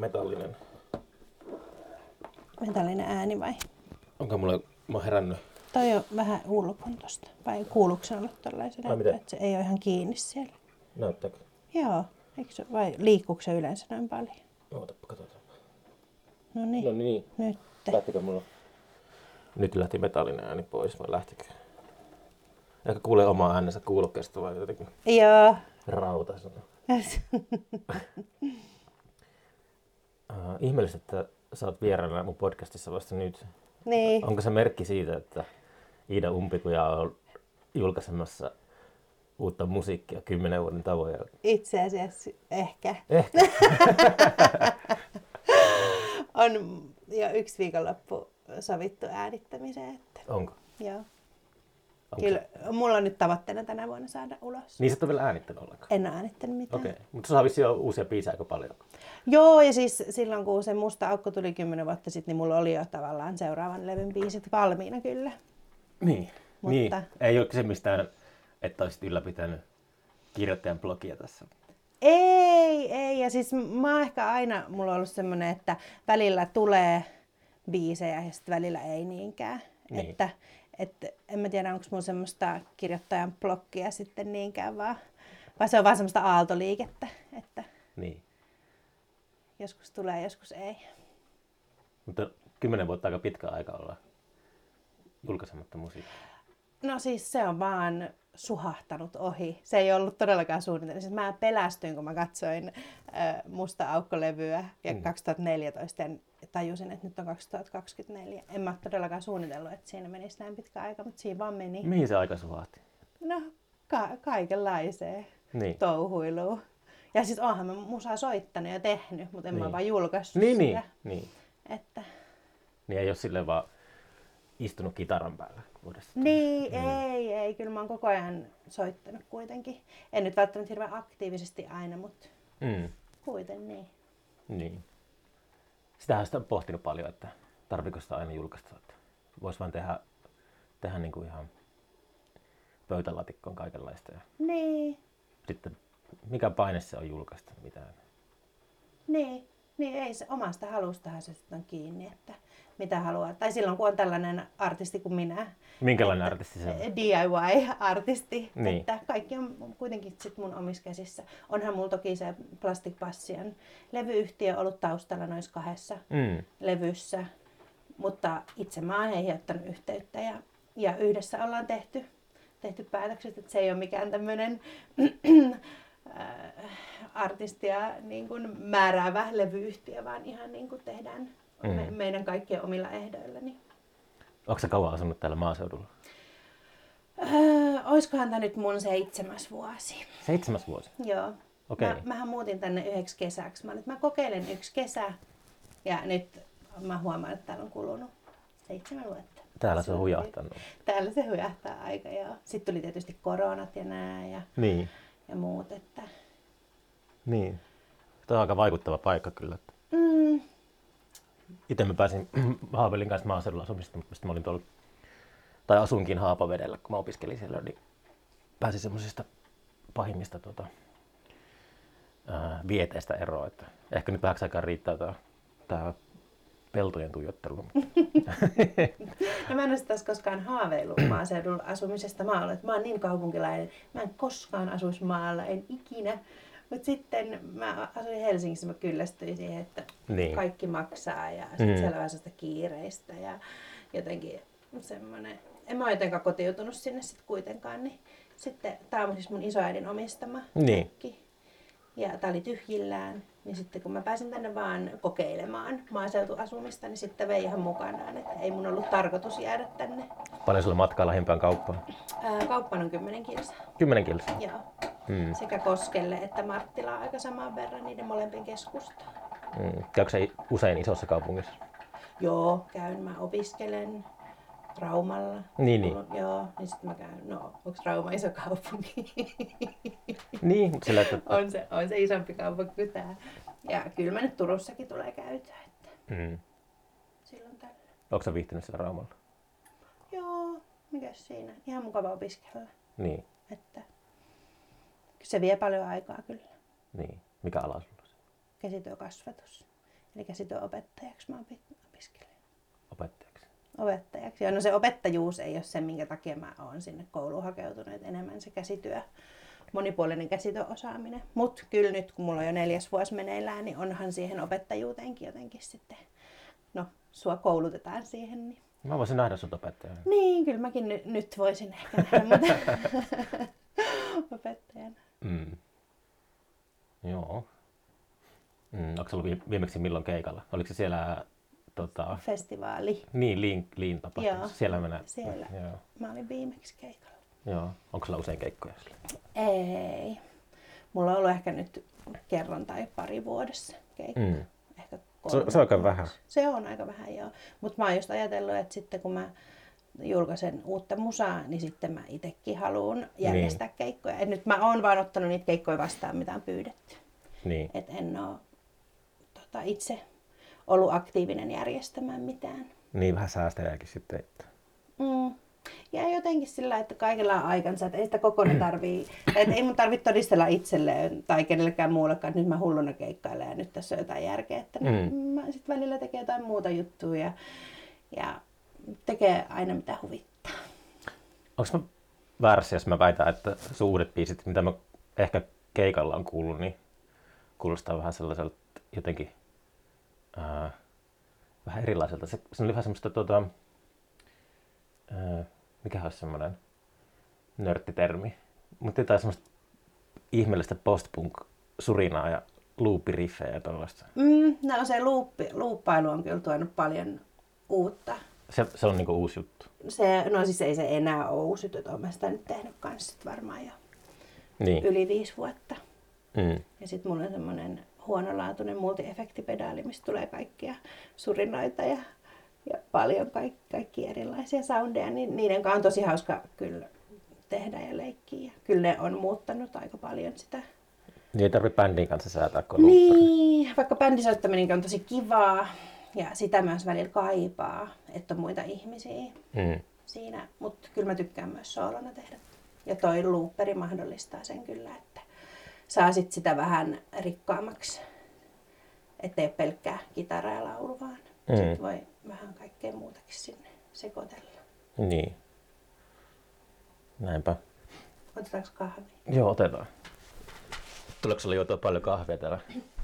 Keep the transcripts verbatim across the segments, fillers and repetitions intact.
metallinen. Metallinen ääni vai? Onko mulla, mä oon herännyt? Toi on vähän ulkon tosta. Vai kuuluuko se olla tollaisena, että se ei ole ihan kiinni siellä? Näyttääkö? Joo. Eikö se, vai liikkuuko se yleensä noin paljon? Ootapa, katsotaan. No niin. No niin. Nyt. Lähtikö mulla? Nyt lähti metallinen ääni pois, vai lähtikö? Ehkä kuulee omaa äänensä kuulokkeesta vai jotenkin Joo. rautaisena. uh, ihmeellistä, että sä oot vieraana mun podcastissa vasta nyt. Niin. Onko se merkki siitä, että Iida Umpikuja on julkaisemassa uutta musiikkia kymmenen vuoden tavoin? Itse asiassa ehkä. Ehkä. On jo yksi viikonloppu sovittu äänittämiseen. Että... Onko? Joo. Onko Kyllä, se? mulla on nyt tavoitteena tänä vuonna saada ulos. Niin sä et ole vielä äänittänyt ollenkaan? En ole äänittänyt mitään. Okei, okay. Mutta sulla on vissiin jo uusia biisejä aika paljon. Joo, ja siis silloin kun se Musta aukko tuli kymmenen vuotta sitten, niin mulla oli jo tavallaan seuraavan levyn biisit valmiina kyllä. Niin, Mutta... niin. Ei ole kyse mistään, että olisit ylläpitänyt kirjoittajan blogia tässä. Ei, ei. Ja siis mä oon ehkä aina, mulla on ollut semmoinen, että välillä tulee biisejä ja sitten välillä ei niinkään. Niin. Että, että en mä tiedä, onko mulla semmoista kirjoittajan blokkia sitten niinkään, vaan, vaan se on vaan semmoista aaltoliikettä, että Niin. joskus tulee, joskus ei. Mutta kymmenen vuotta aika pitkä aika olla julkaisematta musiikkia. No siis se on vaan suhahtanut ohi. Se ei ollut todellakaan suunnitelma. Siis mä pelästyin, kun mä katsoin äh, Musta aukko-levyä ja Mm. kaksituhattaneljätoista ja tajusin, että nyt on kaksituhattakaksikymmentäneljä. En mä todellakaan suunnitellut, että siinä menisi näin pitkä aika, mutta siinä vaan meni. Mihin se aika suhahti? No ka- kaikenlaiseen Niin. touhuiluun. Ja siis oonhan mä musaa soittanut ja tehnyt, mutta en Niin. mä vaan julkaissut Niin, sitä. niin, niin. Että... Niin ei ole silleen vaan istunut kitaran päällä vuodesta. Niin, mm. ei, ei. Kyllä mä oon koko ajan soittanut kuitenkin. En nyt välttämättä hirveän aktiivisesti aina, mutta Mm. kuitenkin niin. Niin. Sitähän sitä on pohtinut paljon, että tarviiko sitä aina julkaista. Että vois vaan tehdä, tehdä niin kuin ihan pöytälaatikkoon kaikenlaista. Ja Niin, sitten mikä paine se on julkaista mitään. niin. Niin, ei se omasta halustahan se sitten on kiinni, että mitä haluaa. Tai silloin kun on tällainen artisti kuin minä. Minkälainen että, artisti se on? D I Y-artisti, Niin. että kaikki on kuitenkin sit mun omissa käsissä. Onhan mulla toki se Plastic Passion levyyhtiö ollut taustalla noissa kahdessa Mm. levyssä, mutta itse mä oon heihin ottanut yhteyttä ja, ja yhdessä ollaan tehty, tehty päätökset, että se ei ole mikään tämmöinen artistia niin kuin määräävä levyyhtiö, vaan ihan niin kuin tehdään Mm. me, meidän kaikkien omilla ehdoilla. Niin. Onko sä kauan asunut täällä maaseudulla? Öö, oiskohan tämä nyt mun seitsemäs vuosi? Seitsemäs vuosi. Joo. Okei. Mä, mähän muutin tänne yhdeksi kesäksi. Mä, nyt mä kokeilen yksi kesä ja nyt mä huomaan, että täällä on kulunut seitsemän vuotta. Täällä se on hujahtanut. Täällä se hujahtaa aika, joo. Sitten tuli tietysti koronat ja nää ja, Niin. ja muut. Että... Niin. Tämä on aika vaikuttava paikka kyllä. Mm, Itse mä pääsin Haavelin kanssa maaseudulla asumista, mutta sitten mä olin tuolla, tai asunkin Haapavedellä, kun mä opiskelin siellä, niin pääsin semmoisista pahimmista tuota, ää, vieteistä eroon. Että ehkä nyt vähäksi aikaa riittää tää, tää peltojen tuijottelu. no mä en ole taas koskaan haaveillut maaseudulla asumisesta. Mä olen, mä oon niin kaupunkilainen. Mä en koskaan asuisi maalla, en ikinä. Mutta sitten mä asuin Helsingissä, mä kyllästyin siihen, että Niin. kaikki maksaa ja sitten Mm. siellä on vähän sellaista kiireistä ja jotenkin semmoinen, en mä ole jotenkaan kotiutunut sinne sitten kuitenkaan, niin sitten tää on siis mun isoäidin omistama Niin. mökki ja tää oli tyhjillään, niin sitten kun mä pääsin tänne vaan kokeilemaan maaseutuasumista, niin sitten vei ihan mukanaan, että ei mun ollut tarkoitus jäädä tänne. Paljon sulla matkaa lähimpään kauppaan? Ää, kauppaan on kymmenen kilsaa. Kymmenen kilsaa. Joo. Mm. Sekä Koskelle että Marttilaan aika saman verran niiden molempien keskustaan. Mm. Käykö sä usein isossa kaupungissa? Joo, käyn. Mä opiskelen Raumalla. Niin, niin. Mulla- Joo, niin sitten mä käyn. No, onko Rauma iso kaupunki? Niin, mutta sillä, että... on, se, on se isompi kaupunki kuin tää. Ja kyllä mä nyt Turussakin tulee käytyä, että Mm. silloin tällä. Onko sä viihtynyt siellä Raumalla? Joo, mikäs siinä? Ihan mukava opiskella. Niin, Että se vie paljon aikaa kyllä. niin. Mikä ala sulla on? Käsityökasvatus. Eli käsityöopettajaksi mä opiskelin. Opettajaksi. Opettajaksi. Joo, no se opettajuus ei ole se, minkä takia mä oon sinne kouluun hakeutunut. Et enemmän se käsityö, monipuolinen käsityöosaaminen. Mutta kyllä nyt, kun mulla on jo neljäs vuosi meneillään, niin onhan siihen opettajuuteenkin jotenkin sitten, no sua koulutetaan siihen. Niin. Mä voisin nähdä sut opettajana. Niin, kyllä mäkin ny- nyt voisin ehkä nähdä, mutta opettajana. Mm. Joo. Mm. Onko se ollut vi- viimeksi milloin keikalla? Oliko se siellä... Tota... Festivaali. Niin, Liin, Liin tapahtumassa. Joo, siellä mennä. siellä. Joo. Mä olin viimeksi keikalla. Joo. Onko sulla usein keikkoja sillä? Ei. Mulla on ollut ehkä nyt kerran tai pari vuodessa keikka. Mm. Ehkä Se, se on aika vähän. Se on aika vähän, joo. Mutta mä oon just ajatellut, että sitten kun mä julkaisen uutta musaa, niin sitten mä itsekin haluan järjestää niin. keikkoja. Et nyt mä oon vaan ottanut niitä keikkoja vastaan, mitä on pyydetty. Niin. Et en oo tota, itse ollut aktiivinen järjestämään mitään. Niin, vähän säästeleekin sitten. Että... Mm. Ja jotenkin sillä, että kaikilla on aikansa, että ei sitä kokonaan tarvii, että ei mun tarvitse todistella itselleen tai kenellekään muullekaan, että nyt mä hulluna keikkailen ja nyt tässä on jotain järkeä, että mm. mä sit välillä tekee jotain muuta juttua ja, ja tekee aina mitä huvittaa. Onko mä väärässä, jos mä väitän, että sun uudet biisit, mitä mä ehkä keikalla on kuullut, niin kuulostaa vähän sellaiselta jotenkin ää, vähän erilaiselta. Se, se oli vähän semmoista tota, ää, mikähän olisi semmoinen nörttitermi, mutta jotain semmoista ihmeellistä post-punk-surinaa ja loopiriffejä ja tollaista. Mm, no se luuppi, luuppailu on kyllä tuonut paljon uutta. Se, se on niinku uusi juttu. Se, no siis ei se enää ole uusi juttu, olen sitä nyt tehnyt kanssa sit varmaan jo niin. yli viisi vuotta. Mm. Ja sitten mulla on semmoinen huonolaatuinen multi-efektipedaali, mistä tulee kaikkia surinoita ja, ja paljon kaikki, kaikki erilaisia soundeja. Niin niiden kanssa on tosi hauska kyllä tehdä ja leikkiä. Kyllä ne on muuttanut aika paljon sitä. Niin ei tarvitse bändin kanssa säätää, kun on Niin, vaikka bändisoittaminenkin on tosi kivaa ja sitä myös välillä kaipaa, että on muita ihmisiä mm. siinä. Mutta kyllä mä tykkään myös soolona tehdä. Ja toi looperi mahdollistaa sen kyllä, että saa sit sitä vähän rikkaammaksi. Ettei ole pelkkää kitara ja laulu vaan. Mm. Sitten voi vähän kaikkea muutakin sinne sekoitella. Niin. Näinpä. Otetaanko kahvia? Joo, otetaan. Tuleeko sulla juotua paljon kahvia täällä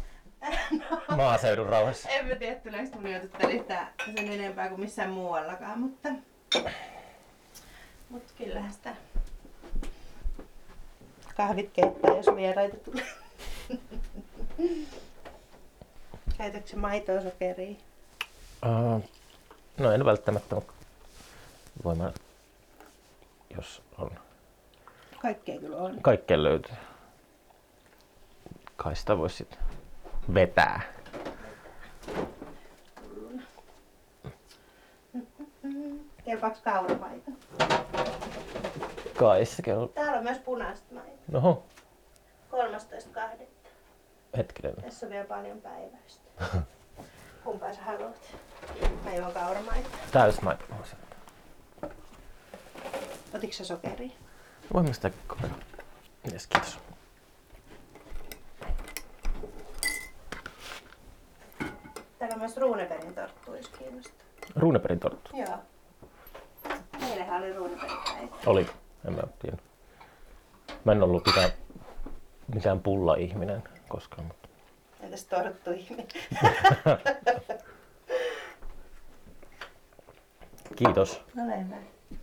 maaseudun rauhassa? En mä tiedä, tuleeko mun juotuttelittää sen enempää kuin missään muuallakaan, mutta, mutta kyllähän sitä kahvit keittää, jos vieraita tulee. Käytätkö maitoa, sokeria? Uh, no en välttämättä, mutta voin mä, jos on. Kaikkea kyllä on. Kaikkea löytyy. Kai sitä voisi sitten vetää. Kelpaaks kauramaito? Kai se kello. Täällä on myös punaista maitoa. Noho. kolmastoista kahdetta Hetkinen. Tässä on vielä paljon päiväistä. Kumpaa sä haluat? Mä juon kauramaitoa. Täysmaito. Otitko sä sokeria? Voimme sitä kokeilla. Yes, kiitos. Täällä on myös Runebergin torttu, jos kiinnostaa. Runebergin torttu? Joo. Meillähän oli Runebergin päivä. Oli. En mä tiedä. Mä en ollut mitään, mitään pulla-ihminen koskaan. Mutta... Entäs torttu ihminen? Kiitos. Ole hyvä.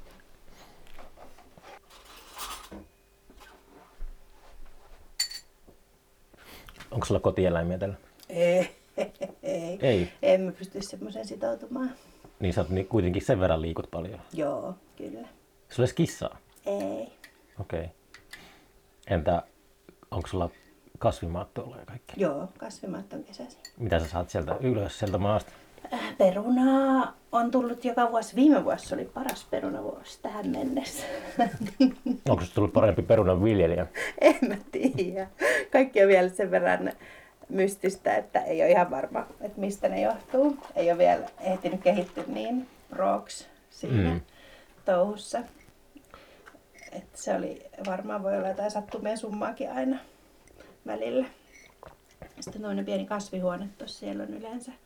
Onko sulla kotieläimiä täällä? Ei. Ei. Ei. En mä pysty semmoiseen sitoutumaan. Niin sä oot kuitenkin sen verran liikut paljon. Joo, kyllä. Sulla edes kissaa? Ei. Okei. Okay. Entä onko sulla kasvimaattoa ja kaikkea? Joo, kasvimaat on kesäisin. Mitä sä saat sieltä ylös sieltä maasta? Perunaa on tullut joka vuosi. Viime vuosi oli paras perunavuosi tähän mennessä. Onko se tullut parempi perunan viljelijä? En mä tiedä. Kaikki on vielä sen verran mystistä, että ei ole ihan varma, että mistä ne johtuu. Ei ole vielä ehtinyt kehittyä niin proks siinä mm. touhussa. Että se oli, varmaan voi olla jotain sattumien summaakin aina välillä. Sitten toinen pieni kasvihuone tuossa siellä on yleensä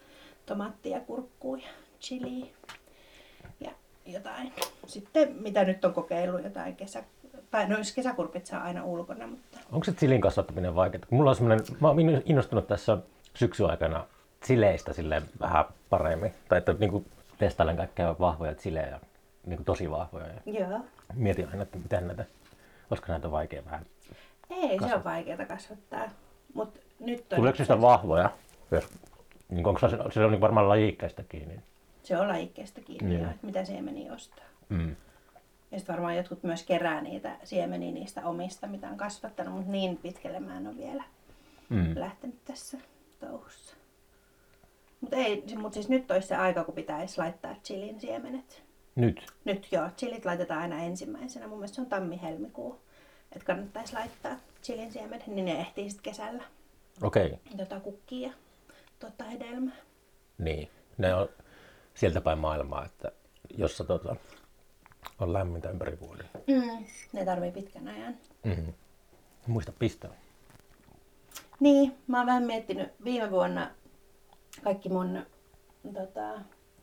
tomaattia, kurkkuu ja chiliä ja jotain. Sitten mitä nyt on kokeillut, jotain kesä... Tai no kesäkurpit saa aina ulkona, mutta... Onko se chilin kasvattaminen vaikeaa? Mulla on semmoinen, mä oon innostunut tässä syksyn aikana chileistä silleen vähän paremmin. Tai että niinku testailen kaikkea vahvoja chilejä, niinku tosi vahvoja. Ja Joo. mietin aina, että miten näitä, olisiko näitä vaikea vähän Ei, kasvattaa. se on vaikeaa kasvattaa. Mut nyt on... Tuleeko sitä vahvoja? Jos, niin onko se, se on niin varmaan lajikkeesta kiinni? Se on lajikkeesta kiinni, Niin. jo, että mitä siemeniä ostaa. Mm. Ja sitten varmaan jotkut myös kerää niitä siemeniä niistä omista, mitä on kasvattanut, mutta niin pitkälle mä en ole vielä Mm. lähtenyt tässä touhussa. Mutta mut siis nyt olisi se aika, kun pitäisi laittaa chilin siemenet. Nyt? Nyt joo, chilit laitetaan aina ensimmäisenä. Mun mielestä se on tammi-helmikuu. Että kannattaisi laittaa chilin siemenet, niin ne ehtii sitten kesällä. Okei. Okay. Tota kukkia ja tota hedelmää. Niin. Ne on sieltä päin maailmaa, että jossa tota, on lämmintä ympäri vuoden. Mm. Ne tarvii pitkän ajan. Mm-hmm. Muista pistää. Niin, mä oon vähän miettinyt viime vuonna kaikki mun tota,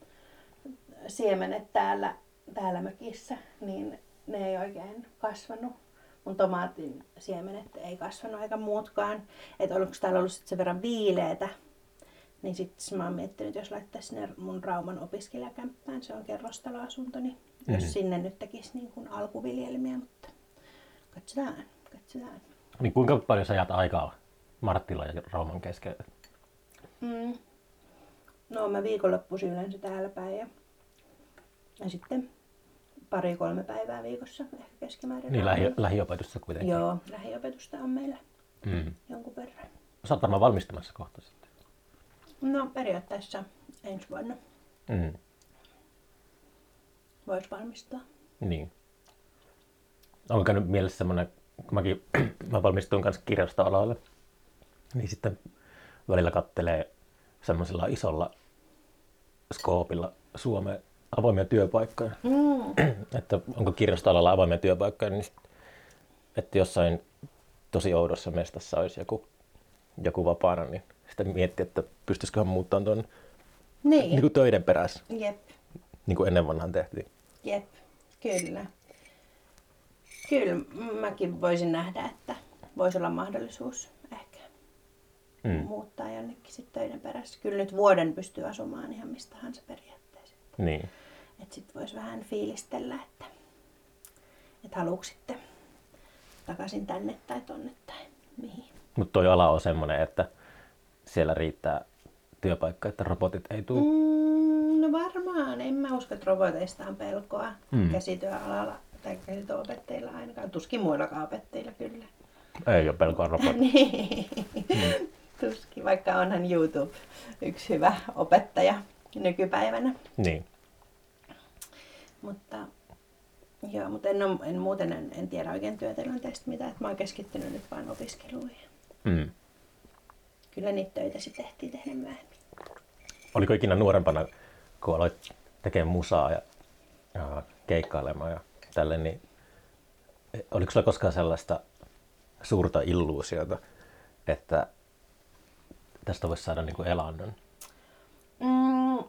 siemenet täällä, täällä mökissä, niin ne ei oikein kasvanut. Mun tomaatin siemenet ei kasvanut eikä muutkaan. Että oliko täällä ollut sit sen verran viileetä, niin sitten mä oon miettinyt, jos laittaisi sinne mun Rauman opiskelijakämppään, se on kerrostaloasunto, niin mm-hmm. jos sinne nyt tekisi niin kuin alkuviljelmiä, mutta katsotaan, katsotaan. Niin kuinka paljon sä jäät aikaa Marttila ja Rauman kesken? Mm. No mä viikonloppuisin yleensä täällä päin ja, ja sitten pari-kolme päivää viikossa ehkä keskimäärin. Niin lähi, lähiopetusta kuitenkin. Joo, lähiopetusta on meillä Mm. jonkun verran. Sä oot varmaan valmistumassa kohta sitten. No periaatteessa ensi vuonna Mm. voisi valmistua. Niin. Onko käynyt mielessä semmoinen, kun mäkin mä valmistuin kanssa kirjastoalalle, niin sitten välillä kattelee semmoisella isolla skoopilla Suomen avoimia työpaikkoja. Mm. Että onko kirjastoalalla avoimia työpaikkoja, niin sit, että jossain tosi oudossa mestassa olisi joku, joku vapaana, niin sitten miettii, että pystyisiköhän muuttamaan tuon Niin. niin kuin töiden perässä, Jep, niin kuin ennen vanhaan tehtiin. jep, kyllä. Kyllä mäkin voisin nähdä, että voisi olla mahdollisuus ehkä Mm. muuttaa jonnekin sitten töiden perässä. Kyllä nyt vuoden pystyy asumaan ihan mistä tahansa periaatteessa. Niin. Että sitten voisi vähän fiilistellä, että, että haluuko sitten takaisin tänne tai tonne tai mihin. Mutta toi ala on semmoinen, että siellä riittää työpaikka, että robotit ei tule. Mm, no varmaan. En mä usko, että roboteista on pelkoa Mm. käsityöalalla tai käsityöopettajilla ainakaan. Tuskin muillakaan opettajilla kyllä. Ei ole pelkoa robottia. Niin. Mm. Tuskin, vaikka onhan YouTube yksi hyvä opettaja nykypäivänä. Niin. Mutta, joo, mutta en, ole, en muuten en, en tiedä oikein työtilanteesta mitään. Että mä oon keskittynyt nyt vain opiskeluun. Mm. Kyllä niitä töitä sitten tehtiin tehdä myöhemmin. Oliko ikinä nuorempana, kun aloit tekemään musaa ja, ja keikkailemaan ja tälle, niin oliko sulla koskaan sellaista suurta illuusiota, että tästä voisi saada niin kuin elannon? Mm,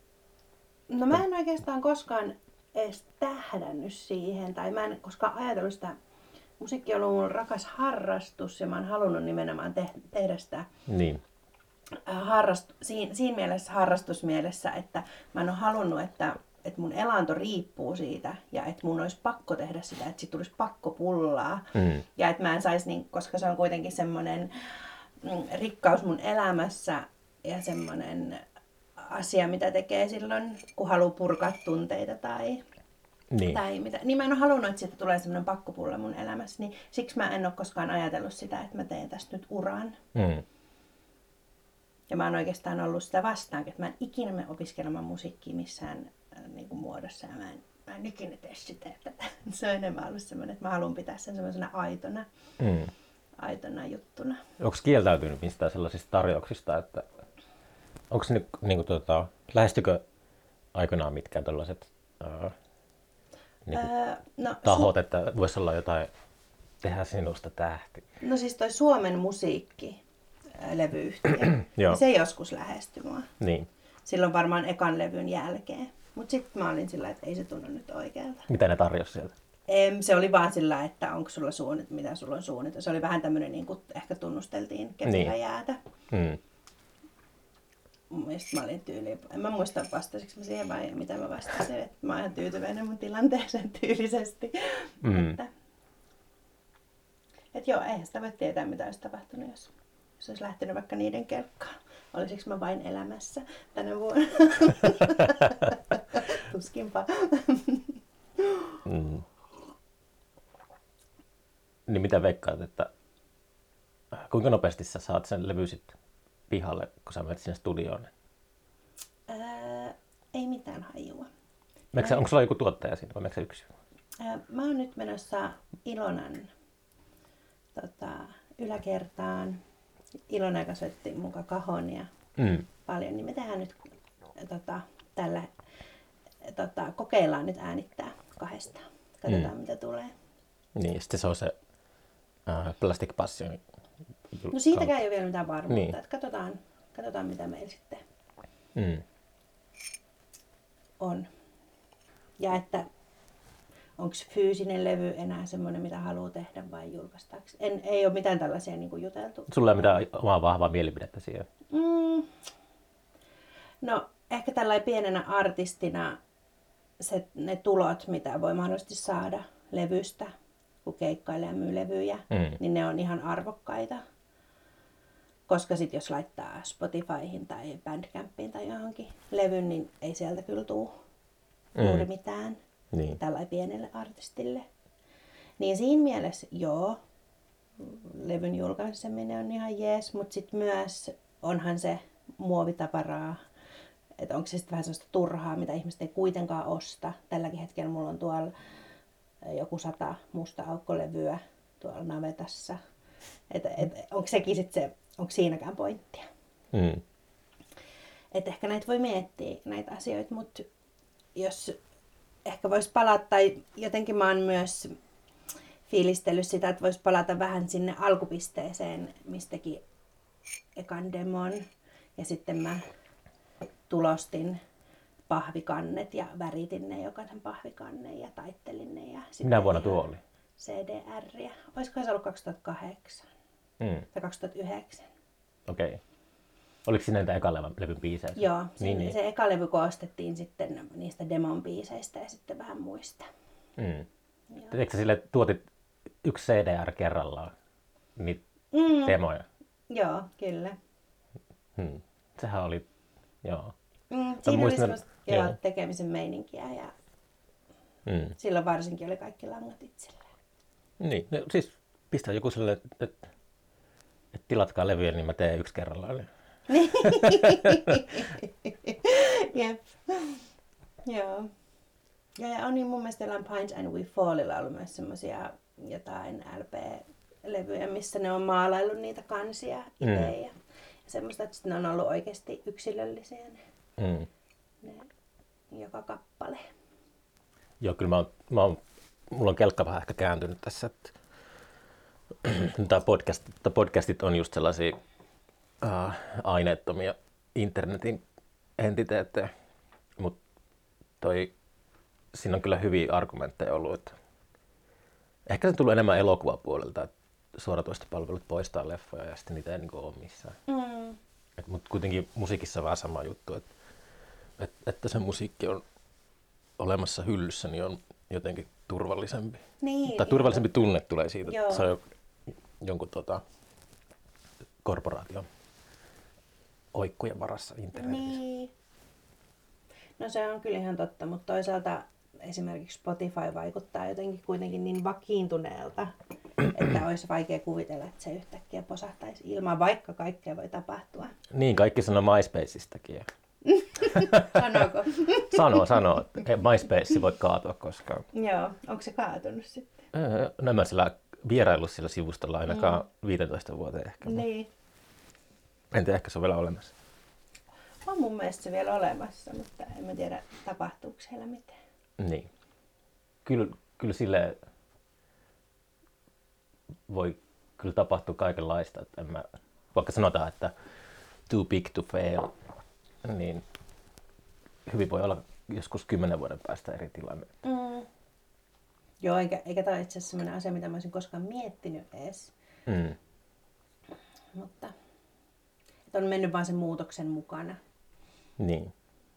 no mä en oikeastaan koskaan edes tähdännyt siihen, tai mä en koskaan ajatellut sitä. Musiikki on ollut mun rakas harrastus ja mä oon halunnut nimenomaan te- tehdä sitä Niin. harrastu- siinä, siinä mielessä harrastusmielessä, että mä en ole halunnut, että, että mun elanto riippuu siitä ja että mun olisi pakko tehdä sitä, että sit tulisi pakko pullaa. Mm. Ja että mä en saisi, niin, koska se on kuitenkin semmoinen mm, rikkaus mun elämässä ja semmoinen asia, mitä tekee silloin, kun haluaa purkaa tunteita tai, Niin. tai mitä. Niin mä en ole halunnut, että siitä tulee semmoinen pakkopulla mun elämässä, niin siksi mä en ole koskaan ajatellut sitä, että mä teen tästä nyt uran. Mm. Ja mä oon oikeastaan ollut sitä vastaan, että mä en ikinä mene opiskelemaan musiikkia missään äh, niin kuin muodossa. Ja mä en, mä en ikinä tee sitä. Että se on enemmän ollut semmoinen, että mä haluan pitää sen semmoisena aitona, Mm. aitona juttuna. Onko kieltäytynyt mistään sellaisista tarjouksista, että onko nyt niin kuin, tota, lähestykö aikanaan mitkään tällaiset ää, niin kuin Öö, no, tahot, että voisi olla jotain tehdä sinusta tähti? Su- no siis toi Suomen musiikki äh, levyyhtiö, Joo. se joskus lähestyi mua. Niin. silloin varmaan ekan levyn jälkeen. Mutta sitten mä olin sillä, että ei se tunnu nyt oikealta. Mitä ne tarjosi sieltä? Em, se oli vaan sillä, että onko sulla suunnit, mitä sulla on suunniteltu. Se oli vähän tämmöinen, niin kuin ehkä tunnusteltiin kepillä Niin. jäätä. Mm. Sitten mä olin tyyli, en mä muista vastasinko mä siihen vai mitä mä vastasin, että mä oon ihan tyytyväinen mun tilanteeseen tyylisesti. Mm. Että, et joo, eihän sitä voi tietää mitä olisi tapahtunut, jos, jos olisi lähtenyt vaikka niiden kelkkaan. Olisiko mä vain elämässä tänä vuonna? Tuskinpa. Mm. Niin mitä veikkaat, että kuinka nopeasti sä saat sen levy sit pihalle, kun sä menet sinne studioon? Ää, ei mitään hajua. Meksä, onko sulla joku tuottaja siinä vai meksä yksin? Ää, mä oon nyt menossa Ilonan tota, yläkertaan. Ilona, joka soitti muka kahonia Mm. paljon, niin me tehdään nyt tota, tällä, tota, kokeillaan nyt äänittää kahdestaan. Katsotaan Mm. mitä tulee. Niin, ja sitten se on se äh, Plastic Passion. No siitäkään ei ole vielä mitään varmuutta. Niin. Että katsotaan, katsotaan mitä meillä sitten Mm. on. Ja että onko fyysinen levy enää semmoinen, mitä haluaa tehdä vai julkaistaanko? En, ei ole mitään tällaisia niin kuin juteltu. Sulla ei ole mitään omaa vahvaa mielipidettä siihen? Mm. No ehkä tällainen pienenä artistina se, ne tulot, mitä voi mahdollisesti saada levystä, kun keikkailee ja myy levyjä, Mm. niin ne on ihan arvokkaita. Koska sitten jos laittaa Spotifyhin tai Bandcampiin tai johonkin levyn, niin ei sieltä kyllä tule Mm. juuri mitään Niin. tällainen pienelle artistille. Niin siinä mielessä joo, levyn julkaiseminen on ihan jees, mutta sitten myös onhan se muovitavaraa. Että onko se sitten vähän sellaista turhaa, mitä ihmiset ei kuitenkaan osta. Tälläkin hetkellä mulla on tuolla joku sata musta aukkolevyä tuolla navetassa. Että et, onko sekin sitten se, onko siinäkään pointtia. Mm. Että ehkä näitä voi miettiä, näitä asioita, mutta jos ehkä voisi palata, tai jotenkin mä oon myös fiilistellyt sitä, että voisi palata vähän sinne alkupisteeseen, mistäkin ekan demon. Ja sitten mä tulostin pahvikannet ja väritin ne jokaisen pahvikannen ja taittelin ne. Ja Minä vuonna tuo oli? C D R. Olisikohan se ollut kaksituhattakahdeksan Mm. tai kaksituhattayhdeksän? Okei. Okay. Oliko siinä niitä ekan levyn- levyn biisejä? Joo, se, Niin, niin. se eka levy koostettiin sitten niistä demon biiseistä ja sitten vähän muista. Mm. Joo. Eikö sä sille tuotit yksi C D R kerrallaan niitä Mm. demoja? Joo, kyllä. Hmm. Sehän oli, joo. Mm, siinä muistan- oli semmoista joo, joo. tekemisen meininkiä ja Mm. silloin varsinkin oli kaikki langat itselleen. Niin, no, siis pistää joku sille, että et, et tilatkaa levyjä, niin mä teen yksi kerrallaan. Niin. Jep. Joo. Ja, ja on niin mun mielestä jollain Pines and We Fallilla ollut myös semmosia jotain L P-levyjä, missä ne on maalaillut niitä kansia itse. Mm. Ja, ja semmoista, että ne on ollut oikeasti yksilöllisiä ne, Mm. ne joka kappale. Joo, kyllä mä oon, mä oon, mulla on kelkka vähän ehkä kääntynyt tässä, että tämä podcast, tämä podcastit on just sellaisia uh, aineettomia internetin entiteettejä, mutta toi, siinä on kyllä hyviä argumentteja ollut, että ehkä se tullut enemmän elokuvapuolelta, että suoratoistopalvelut poistaa leffoja ja sitten niitä ei niin ole missään. Mm. Mutta kuitenkin musiikissa on vähän sama juttu, että, että, että se musiikki on olemassa hyllyssä, niin on jotenkin turvallisempi. Niin, Tai turvallisempi tunne tulee siitä, Joo. että se on jo- jonkun tota, korporaation oikkujen varassa internetissä. Niin. No se on kyllä ihan totta, mutta toisaalta esimerkiksi Spotify vaikuttaa jotenkin kuitenkin niin vakiintuneelta, että olisi vaikea kuvitella, että se yhtäkkiä posahtaisi ilmaan, vaikka kaikkea voi tapahtua. Niin, kaikki sanoo MySpaceistakin. Sanooko? Sanoo, sanoo, että ei MySpace voi kaatua koskaan. Joo, onko se kaatunut sitten? Öö, No en mä sillä vieraillut sillä sivustolla ainakaan mm. viisitoista vuoteen ehkä. Niin. En tiedä, ehkä se on vielä olemassa. On mun mielestä se vielä olemassa, mutta en mä tiedä, tapahtuuko siellä mitään. Niin. Kyllä, kyllä sille voi kyllä tapahtua kaikenlaista. Että en mä, vaikka sanotaan, että too big to fail, niin hyvin voi olla joskus kymmenen vuoden päästä eri tilanne. Mm. Joo, eikä, eikä tämä ole itse asiassa sellainen asia, mitä mä olisin koskaan miettinyt edes. Mm. Mutta että on mennyt vaan sen muutoksen mukana Niin.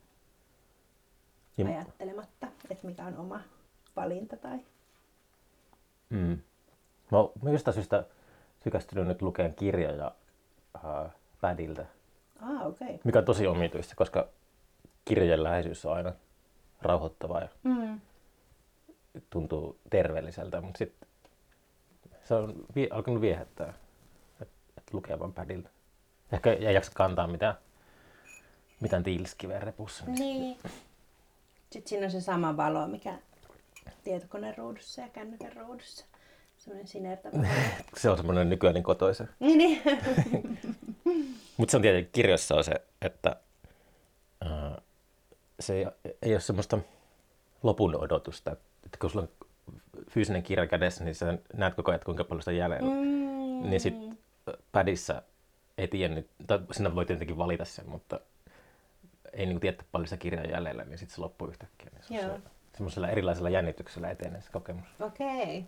Ja, ajattelematta, että mikä on oma valinta tai... mm. Mä oon jostain syystä sykästynyt nyt lukeen kirjoja äh, pädiltä, Ah, okei. Okay. mikä on tosi omituista, koska kirjojen läheisyys on aina rauhoittavaa ja Mm. tuntuu terveelliseltä, mutta sitten se on vie, alkanut viehättää, että et lukee vaan pädiltä. Ehkä ei jaksa kantaa mitään, mitään tiiliskiveä repussa. Niin. Sitten siinä on se sama valo, mikä tietokoneen ruudussa ja kännykän ruudussa. Semmoinen sinertävä valo. Se on semmoinen nykyään niin kotoisa. Niin, niin. Mutta se on tietenkin kirjoissa on se, että ää, se ei, ei ole semmoista lopun odotusta. Että kun sulla on fyysinen kirja kädessä, niin sä näet koko ajan, kuinka paljon sitä on jäljellä. Mm. Niin sitten pädissä ei tiedä nyt, tai sinä voi tietenkin valita sen, mutta ei niin tiedä paljon sitä kirjaa jäljellä, niin sitten se loppuu yhtäkkiä. Niin Joo. semmoisella erilaisella jännityksellä etenee se kokemus. Okei.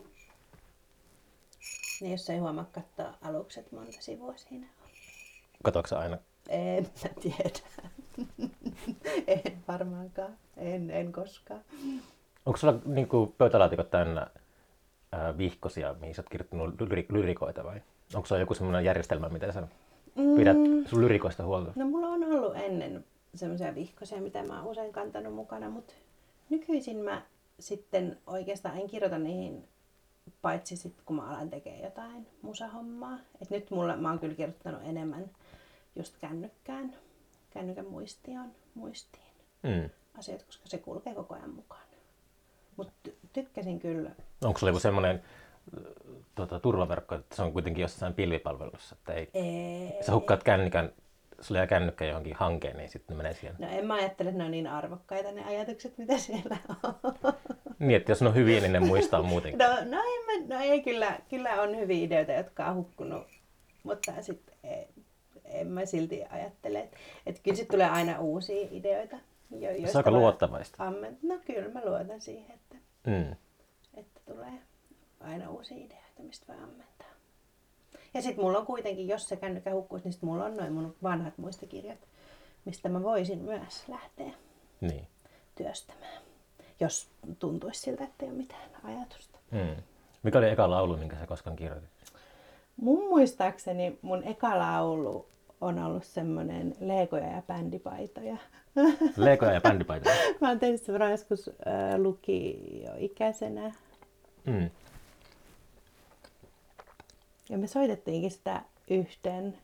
Niin jos ei huomaa katsoa aluksi, että monta sivua siinä on. Katoatko aina? En mä tiedä. En varmaankaan. En, en koskaan. Onko sulla niin kuin pöytälaatikot täynnä ää, vihkosia, mihin sä oot kirjoittanut lyri- lyrikoita vai? Onko sulla joku semmoinen järjestelmä, miten sä pidät Mm. sun lyrikoista huolta? No mulla on ollut ennen semmoisia vihkosia, mitä mä oon usein kantanut mukana, mutta nykyisin mä sitten oikeastaan en kirjoita niihin, paitsi sitten kun mä alan tekemään jotain musahommaa. Et nyt mulla, mä oon kyllä kirjoittanut enemmän just kännykkään, kännykän muistioon, muistiin Mm. asiat, koska se kulkee koko ajan mukana. Mutta ty- tykkäsin kyllä. Onko sulla joku semmoinen tota, turvaverkko, että se on kuitenkin jossain pilvipalvelussa, että ei, Ei. sä hukkaat kännykän, sulla jää kännykkä johonkin hankeen, niin sitten ne menee siihen. No en mä ajattele, että ne on niin arvokkaita ne ajatukset, mitä siellä on. Niin, että jos ne on hyviä, niin ne muistaa muutenkin. No, no, ei, mä, no ei, kyllä, kyllä on hyviä ideoita, jotka on hukkunut, mutta sitten en, en mä silti ajattele, että et kyllä sitten tulee aina uusia ideoita. Jo, Se on joista aika voi luottavaista. ammen- No kyllä mä luotan siihen, että, Mm. että tulee aina uusia ideoita, mistä voi ammentaa. Ja sitten mulla on kuitenkin, jos se kännykkä hukkuisi, niin sit mulla on noin mun vanhat muistikirjat, mistä mä voisin myös lähteä Niin. työstämään, jos tuntuisi siltä, että ei ole mitään ajatusta. Mm. Mikä oli eka laulu, minkä sä koskaan kirjoitit? Mun muistaakseni mun eka laulu on ollut semmoinen Legoja ja bändipaitoja. Legoja ja bändipaitoja. Mä oon tehnyt sen varmaan joskus äh, lukioikäisenä. Mm. Ja me soitettiinkin sitä yhteen.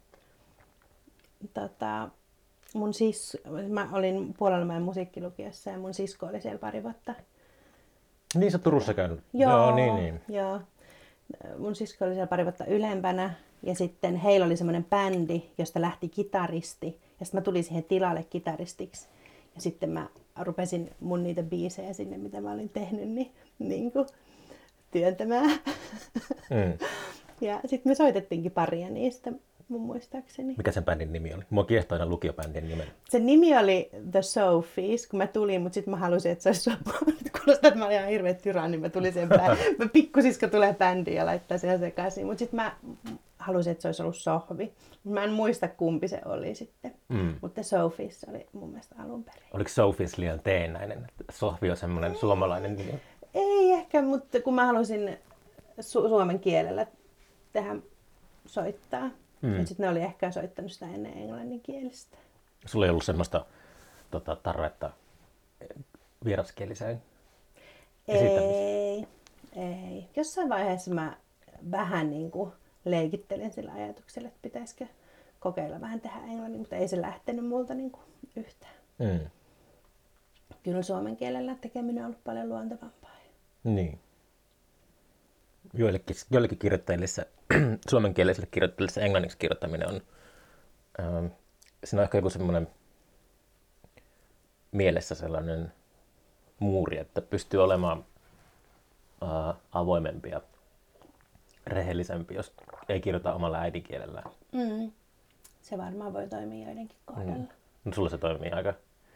Tota, mun sis... Mä olin Puolalmäen musiikkilukiossa ja mun sisko oli siellä pari vuotta. Niin sä Turussa käynyt. Joo, Joo niin, niin. Joo. Mun sisko oli siellä pari vuotta ylempänä ja sitten heillä oli semmoinen bändi, josta lähti kitaristi. Ja sitten mä tulin siihen tilalle kitaristiksi. Ja sitten mä rupesin mun niitä biisejä sinne, mitä mä olin tehnyt, niin, niin kuin työntämään. Mm. Ja sitten me soitettiinkin paria niistä, mun muistaakseni. Mikä sen bändin nimi oli? Mua kiehtoo aina lukiobändien nimen. Se nimi oli The Sophies, kun mä tulin, mutta sitten mä halusin, että se olisi sopua. Nyt kuulostaa, että mä olin ihan hirveä tyranni, niin mä tulin sen bä- pikkusisko tulee bändiin ja laittaa sen sekaisin. Mutta sitten mä halusin, että se olisi ollut Sohvi. Mä en muista, kumpi se oli sitten. Mm. Mutta The Sophies oli mun mielestä alun perin. Oliko Sophies liian teennäinen? Sohvi on semmoinen suomalainen nimi. Ei ehkä, mutta kun mä halusin su- suomen kielellä tehdä soittaa. Mm. Sitten ne oli ehkä soittanut sitä ennen englanninkielistä. Sulla ei ollut semmoista tota, tarvetta vieraskieliseen esittämiseen? Ei, ei. Jossain vaiheessa mä vähän niin kuin leikittelin sillä ajatuksella, että pitäisikö kokeilla vähän tehdä englannin, mutta ei se lähtenyt multa niin kuin yhtään. Mm. Kyllä suomen kielellä tekeminen on ollut paljon luontevampaa. Niin. Joillekin, joillekin kirjoittajille se, suomenkielisille kirjoittajille se englanniksi kirjoittaminen on, ähm, siinä on ehkä joku semmoinen mielessä sellainen muuri, että pystyy olemaan äh, avoimempi ja rehellisempi, jos ei kirjoita omalla äidinkielellään. Mm. Se varmaan voi toimia joidenkin kohdalla. Mm. No, sulla se toimii aika,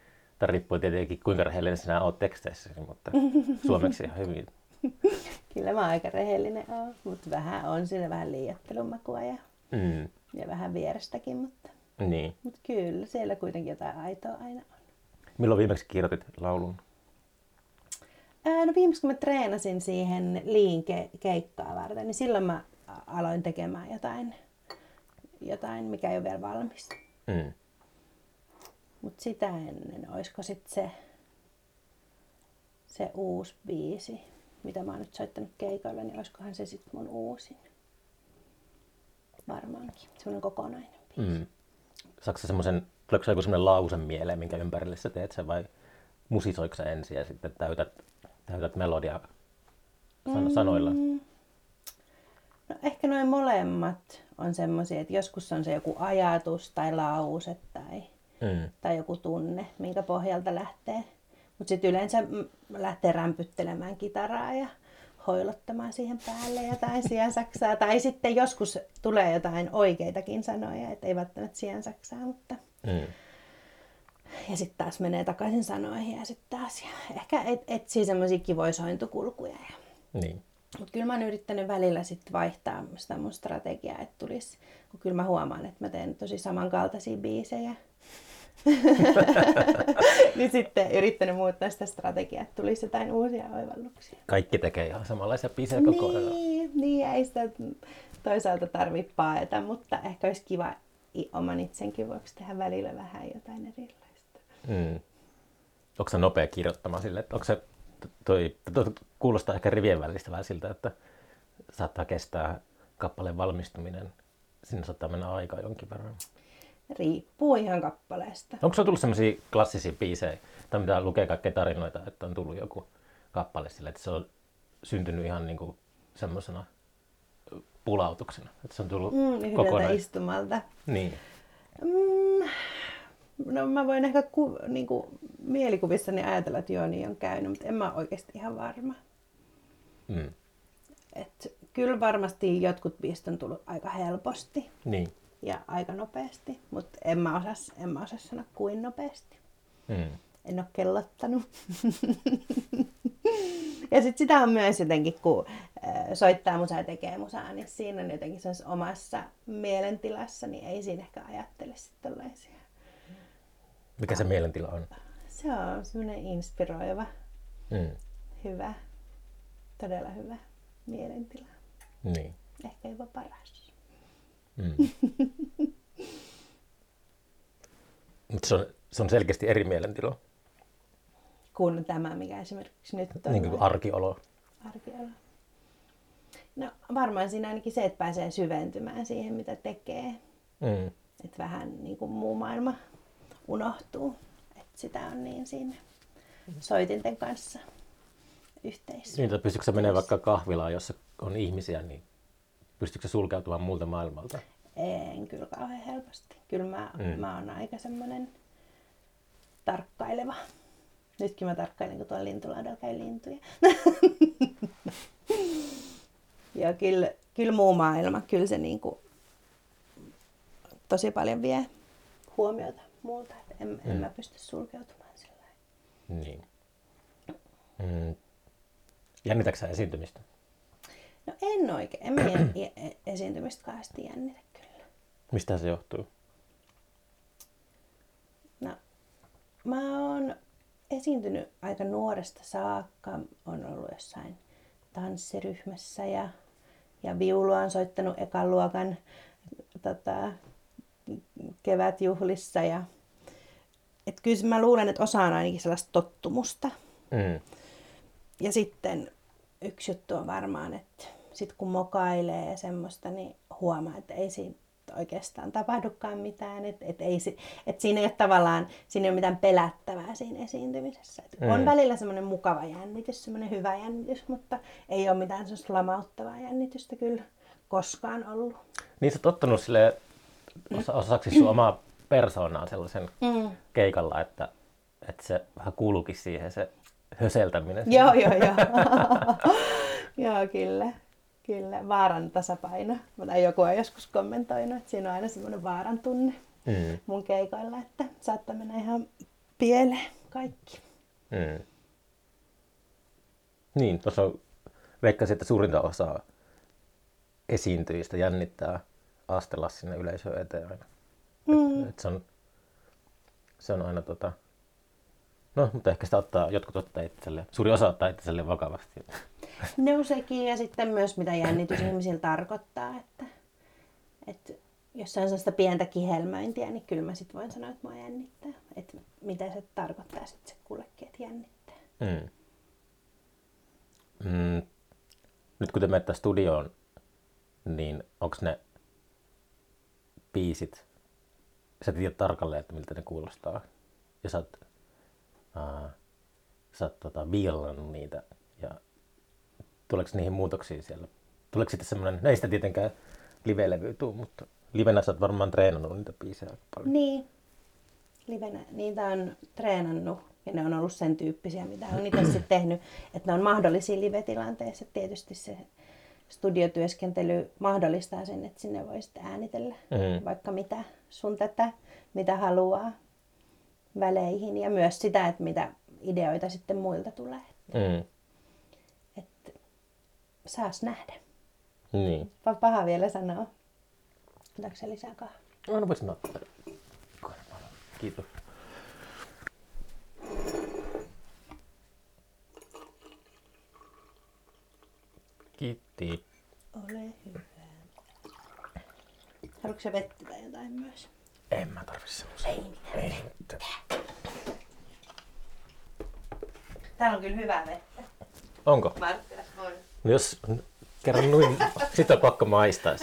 Tämä riippuu tietenkin kuinka rehellinen sinä olet teksteissäsi, mutta suomeksi ihan hyvin. Kyllä mä aika rehellinen oon, mutta vähän on siinä vähän liioittelumakua ja, Mm. ja vähän vierestäkin, mutta, Niin. mutta kyllä siellä kuitenkin jotain aitoa aina on. Milloin viimeksi kirjoitit laulun? Ää, no viimeksi kun mä treenasin siihen liin ke- keikkaa varten, niin silloin mä aloin tekemään jotain, jotain mikä ei ole vielä valmis. Mm. Mutta sitä ennen, olisiko sitten se, se uusi biisi, mitä mä oon nyt soittanut keikoilla, niin olisikohan se sitten mun uusin. Varmaankin. Semmoinen kokonainen biisi. Mm. Saatko sä semmoisen, tuleeko joku semmoinen lause mieleen, minkä ympärille sä teet sen, vai musisoiko sä ensin ja sitten täytät, täytät melodia san- sanoilla? Mm. No ehkä noin molemmat on semmoisia, että joskus on se joku ajatus tai lause tai, Mm. tai joku tunne, minkä pohjalta lähtee. Mutta sitten yleensä lähtee rämpyttelemään kitaraa ja hoilottamaan siihen päälle jotain siansaksaa. Tai sitten joskus tulee jotain oikeitakin sanoja, että ei välttämättä siansaksaa, mutta... Mm. Ja sitten taas menee takaisin sanoihin ja sitten taas. Ja ehkä et, etsii semmoisia kivoja sointukulkuja. Ja... Niin. Mutta kyllä mä oon yrittänyt välillä sit vaihtaa sitä mun strategiaa, että tulisi, kun kyllä mä huomaan, että mä teen tosi samankaltaisia biisejä. Niin sitten yrittänyt muuttaa sitä strategiaa, että tulisi jotain uusia oivalluksia. Kaikki tekee ihan samanlaisia biisejä koko ajan. Niin, niin, ei sitä toisaalta tarvitse paeta, mutta ehkä olisi kiva oman itsenkin vuoksi tehdä välillä vähän jotain erilaista. Mm. Onko se nopea kirjoittamaan sille, että onko se, toi, toi, kuulostaa ehkä rivien välistä vähän siltä, että saattaa kestää kappaleen valmistuminen. Sinne saattaa mennä aikaa jonkin verran. Riippuu ihan kappaleesta. Onko se tullut sellaisia klassisia biisejä, tai mitä lukee kaikkea tarinoita, että on tullut joku kappale sille, että se on syntynyt ihan niinku semmoisena pulautuksena, että se on tullut Mm, kokonaan. istumalta. Niin. Mm, no mä voin ehkä ku, niinku, mielikuvissani ajatella, että joo, niin on käynyt, mutta en mä ole oikeasti ihan varma. Mm. Et kyllä varmasti jotkut biisit on tullut aika helposti Niin. ja aika nopeasti, mutta en mä osas, en mä osaa sanoa kuin nopeasti. Mm. En ole kellottanut. Ja sitten sitä on myös jotenkin, kun soittaa musaa ja tekee musaa, niin siinä on jotenkin se omassa mielentilassa, niin ei siinä ehkä ajattele sitten tällaisia. Mikä se mielentila on? Se on semmoinen inspiroiva, Mm. hyvä, todella hyvä mielentila. Niin. Ehkä jopa paras. Mm. Mutta se on, se on selkeästi eri mielentila, Kun tämä, mikä esimerkiksi nyt on. niin kuin arkiolo. Arkiolo. No varmaan siinä ainakin se, että pääsee syventymään siihen, mitä tekee. Mm. Että vähän niin kuin muu maailma unohtuu. Että sitä on niin siinä soitinten kanssa yhteis. Niin, että pystytkö sä menemään vaikka kahvilaan, jossa on ihmisiä, niin pystytkö sä sulkeutumaan muulta maailmalta? En kyllä kauhean helposti. Kyllä mä, Mm. mä oon aika semmoinen tarkkaileva. Nytkin mä tarkkailen, kun tuolla lintulaudalla käy lintuja. Ja kyllä, kyllä muu maailma, kyllä se niinku tosi paljon vie huomiota muulta. Että en, en Mm. mä pysty sulkeutumaan sillä lailla. Niin. Mm. Jännitätkö sä esiintymistä? No en oikein. En mä jän- e- esiintymistä kauheasti jännitä kyllä. Mistä se johtuu? No, mä oon esiintynyt aika nuoresta saakka. On ollut jossain tanssiryhmässä ja, ja viulua on soittanut ekan luokan tota, kevätjuhlissa. Ja, et kyllä mä luulen, että osa on ainakin sellaista tottumusta. Mm. Ja sitten yksi juttu on varmaan, että sit kun mokailee ja semmoista, niin huomaa, että ei siinä oikeastaan tapahdukaan mitään. Että et ei, si- et siinä ei ole tavallaan siinä ei ole mitään pelättävää siinä esiintymisessä. Et Mm. on välillä semmoinen mukava jännitys, semmoinen hyvä jännitys, mutta ei ole mitään semmoista lamauttavaa jännitystä kyllä koskaan ollut. Niin sä oot tottunut silleen osa- osaksi sun omaa persoonaa sellaisen Mm. keikalla, että, että se vähän kuuluukin siihen se höseltäminen. Joo, joo, joo. Joo, kyllä. Kyllä, vaaran tasapaino. Tai joku on joskus kommentoinut, että siinä on aina semmoinen vaaran tunne Mm. mun keikoilla, että saattaa mennä ihan pieleen kaikki. Mm. Niin, tuossa on, veikkasin, että suurinta osaa esiintyjistä jännittää astella sinne yleisöön eteen aina. Mm. Et, et se, on, se on aina tota... No, mutta ehkä sitä ottaa, jotkut ottaa itselleen, suuri osa ottaa itselleen vakavasti. No sekin ja sitten myös mitä jännitys ihmisillä tarkoittaa, että, että jos se on sellaista pientä kihelmöintiä, niin kyllä mä sit voin sanoa, että mua jännittää. Että mitä se tarkoittaa sitten se kullekin, että jännittää. Mm. Mm. Nyt kun te menette studioon, niin onko ne biisit, sä tiedät tarkalleen, että miltä ne kuulostaa, ja sä oot, uh, sä oot tota, biilannut niitä, ja tuleeko niihin muutoksia siellä? Tuleeko sitten semmoinen, no ei sitä tietenkään live-levy tuu, mutta livenä sä oot varmaan treenannut niitä biisejä aika paljon. Niin, livenä niitä on treenannut ja ne on ollut sen tyyppisiä, mitä on itse sitten tehnyt, että ne on mahdollisia live-tilanteissa. Tietysti se studiotyöskentely mahdollistaa sen, että sinne voi sitten äänitellä mm. vaikka mitä sun tätä, mitä haluaa väleihin ja myös sitä, että mitä ideoita sitten muilta tulee. Mm. Että saas nähdä. Niin. Paha vielä sanoa. Otatko se lisää kahvia? No voisin ottaa. Kiitos. Kiitti. Ole hyvä. Haluatko sä vettä tai jotain myös? En mä tarvitse semmoista. Ei mitään. Ei mitään. Täällä on kyllä hyvää vettä. Onko? Marttilas on. No jos kerran noin, sit on pakko maistaa.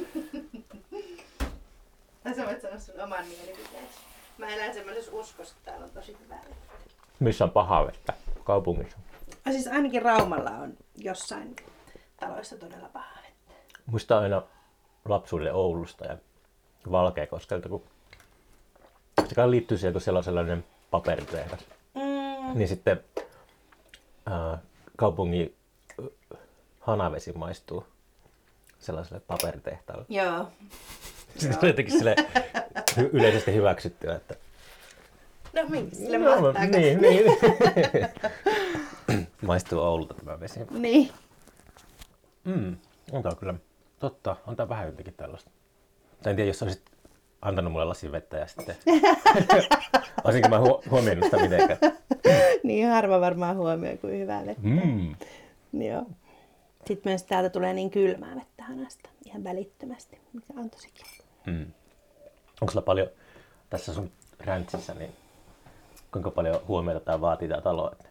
Tai sä voit sanoa sun oman mielipiteesi. Mä elän semmoisessa uskossa, että täällä on tosi hyvää vettä. Missä on pahaa vettä? Kaupungissa. Ja siis ainakin Raumalla on jossain taloissa todella pahaa vettä. Muistan aina lapsuuden Oulusta ja Valkeakoskelta, kun se kai liittyy siihen, kun siellä on sellainen paperitehdas. Mm. Niin sitten ää, kaupungin hanavesi maistuu sellaiselle paperitehtaalle. Joo. Sitten on jotenkin sille yleisesti hyväksyttyä, että... No minkä sille No, mahtaa? niin, niin. Maistuu Oululta tämä vesi. Niin. Mm, on tää kyllä. Totta, on tää vähän jotenkin tällaista. Tai en tiedä, jos olisit antanut mulle lasin vettä ja sitten... Olisinko mä huo- huomioinut sitä mitenkään? Niin harva varmaan huomioi kuin hyvää vettä. Mm. Joo. Sitten myös täältä tulee niin kylmää vettä hanasta ihan välittömästi, mikä on tosi kiva. Mm. Onko sulla paljon tässä sun räntsissä, niin kuinka paljon huomiota tää vaatii tää talo? Että...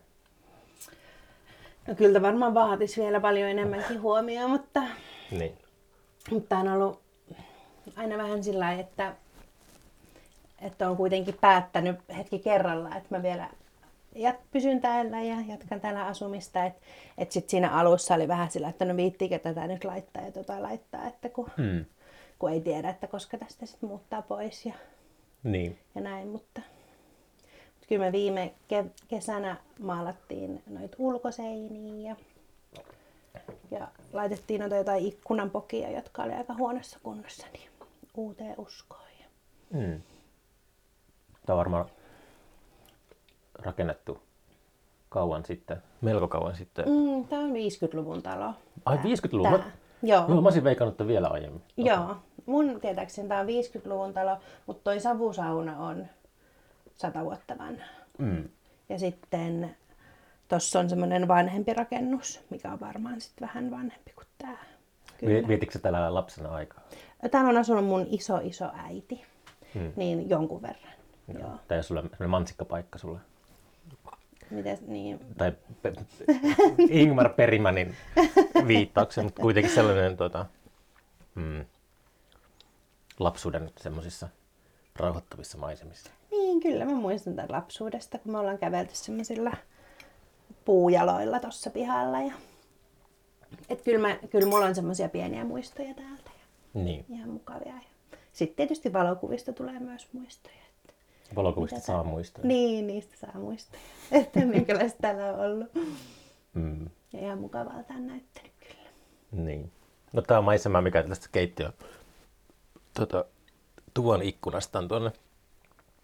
No kyllä varmaan vaatisi vielä paljon enemmänkin huomioon, mutta, Niin. mutta on ollut aina vähän sillä lailla, että, että on kuitenkin päättänyt hetki kerrallaan, että mä vielä jat, pysyn täällä ja jatkan täällä asumista. Että et sit siinä alussa oli vähän sillä, että no viittiinkö tätä nyt laittaa ja tota laittaa, että kun, Mm. kun ei tiedä, että koska tästä sitten muuttaa pois ja, Niin. ja näin. Mutta, mutta kyllä me viime ke, kesänä maalattiin noita ulkoseiniä ja, ja laitettiin noita jotain ikkunanpokia, jotka oli aika huonossa kunnossa, niin uuteen uskoon. Ja... Mm. Tää on varmaan rakennettu kauan sitten, melko kauan sitten. Mm, tää on viisikymmentäluvun talo. Ai Tää- viisikymmentäluvun? tää. Joo. Joo, mä olisin veikannut, että vielä aiemmin. Joo. Mun tietääkseni tää on viisikymmentäluvun talo, mutta toi savusauna on sata vuotta vanha. Mm. Ja sitten tossa on semmoinen vanhempi rakennus, mikä on varmaan sitten vähän vanhempi kuin tää. Kyllä. Vietitkö sä täällä lapsena aikaa? Täällä on asunut mun iso iso äiti, Mm. niin jonkun verran. Joo. Joo. Tai jos sulla on sellainen mansikkapaikka sulle. Mites niin? Tai pe- Ingmar Bergmanin viittauksen, mutta kuitenkin sellainen tota, mm, lapsuuden semmoisissa rauhoittavissa maisemissa. Niin, kyllä mä muistan tämän lapsuudesta, kun me ollaan kävelty semmoisilla puujaloilla tuossa pihalla. Ja... Et kyllä, mä, kyllä mulla on semmoisia pieniä muistoja täältä. Ja Niin. ihan mukavia. Ja... Sitten tietysti valokuvista tulee myös muistoja. Että... Valokuvista Mitä saa tää- muistaa. Niin, niistä saa muistoja. Että minkälaista täällä on ollut. Mm. Ja ihan mukavalta on näyttänyt kyllä. Niin. No tää on maisema, mikä tästä keittiö tota, tuvan ikkunasta on tuonne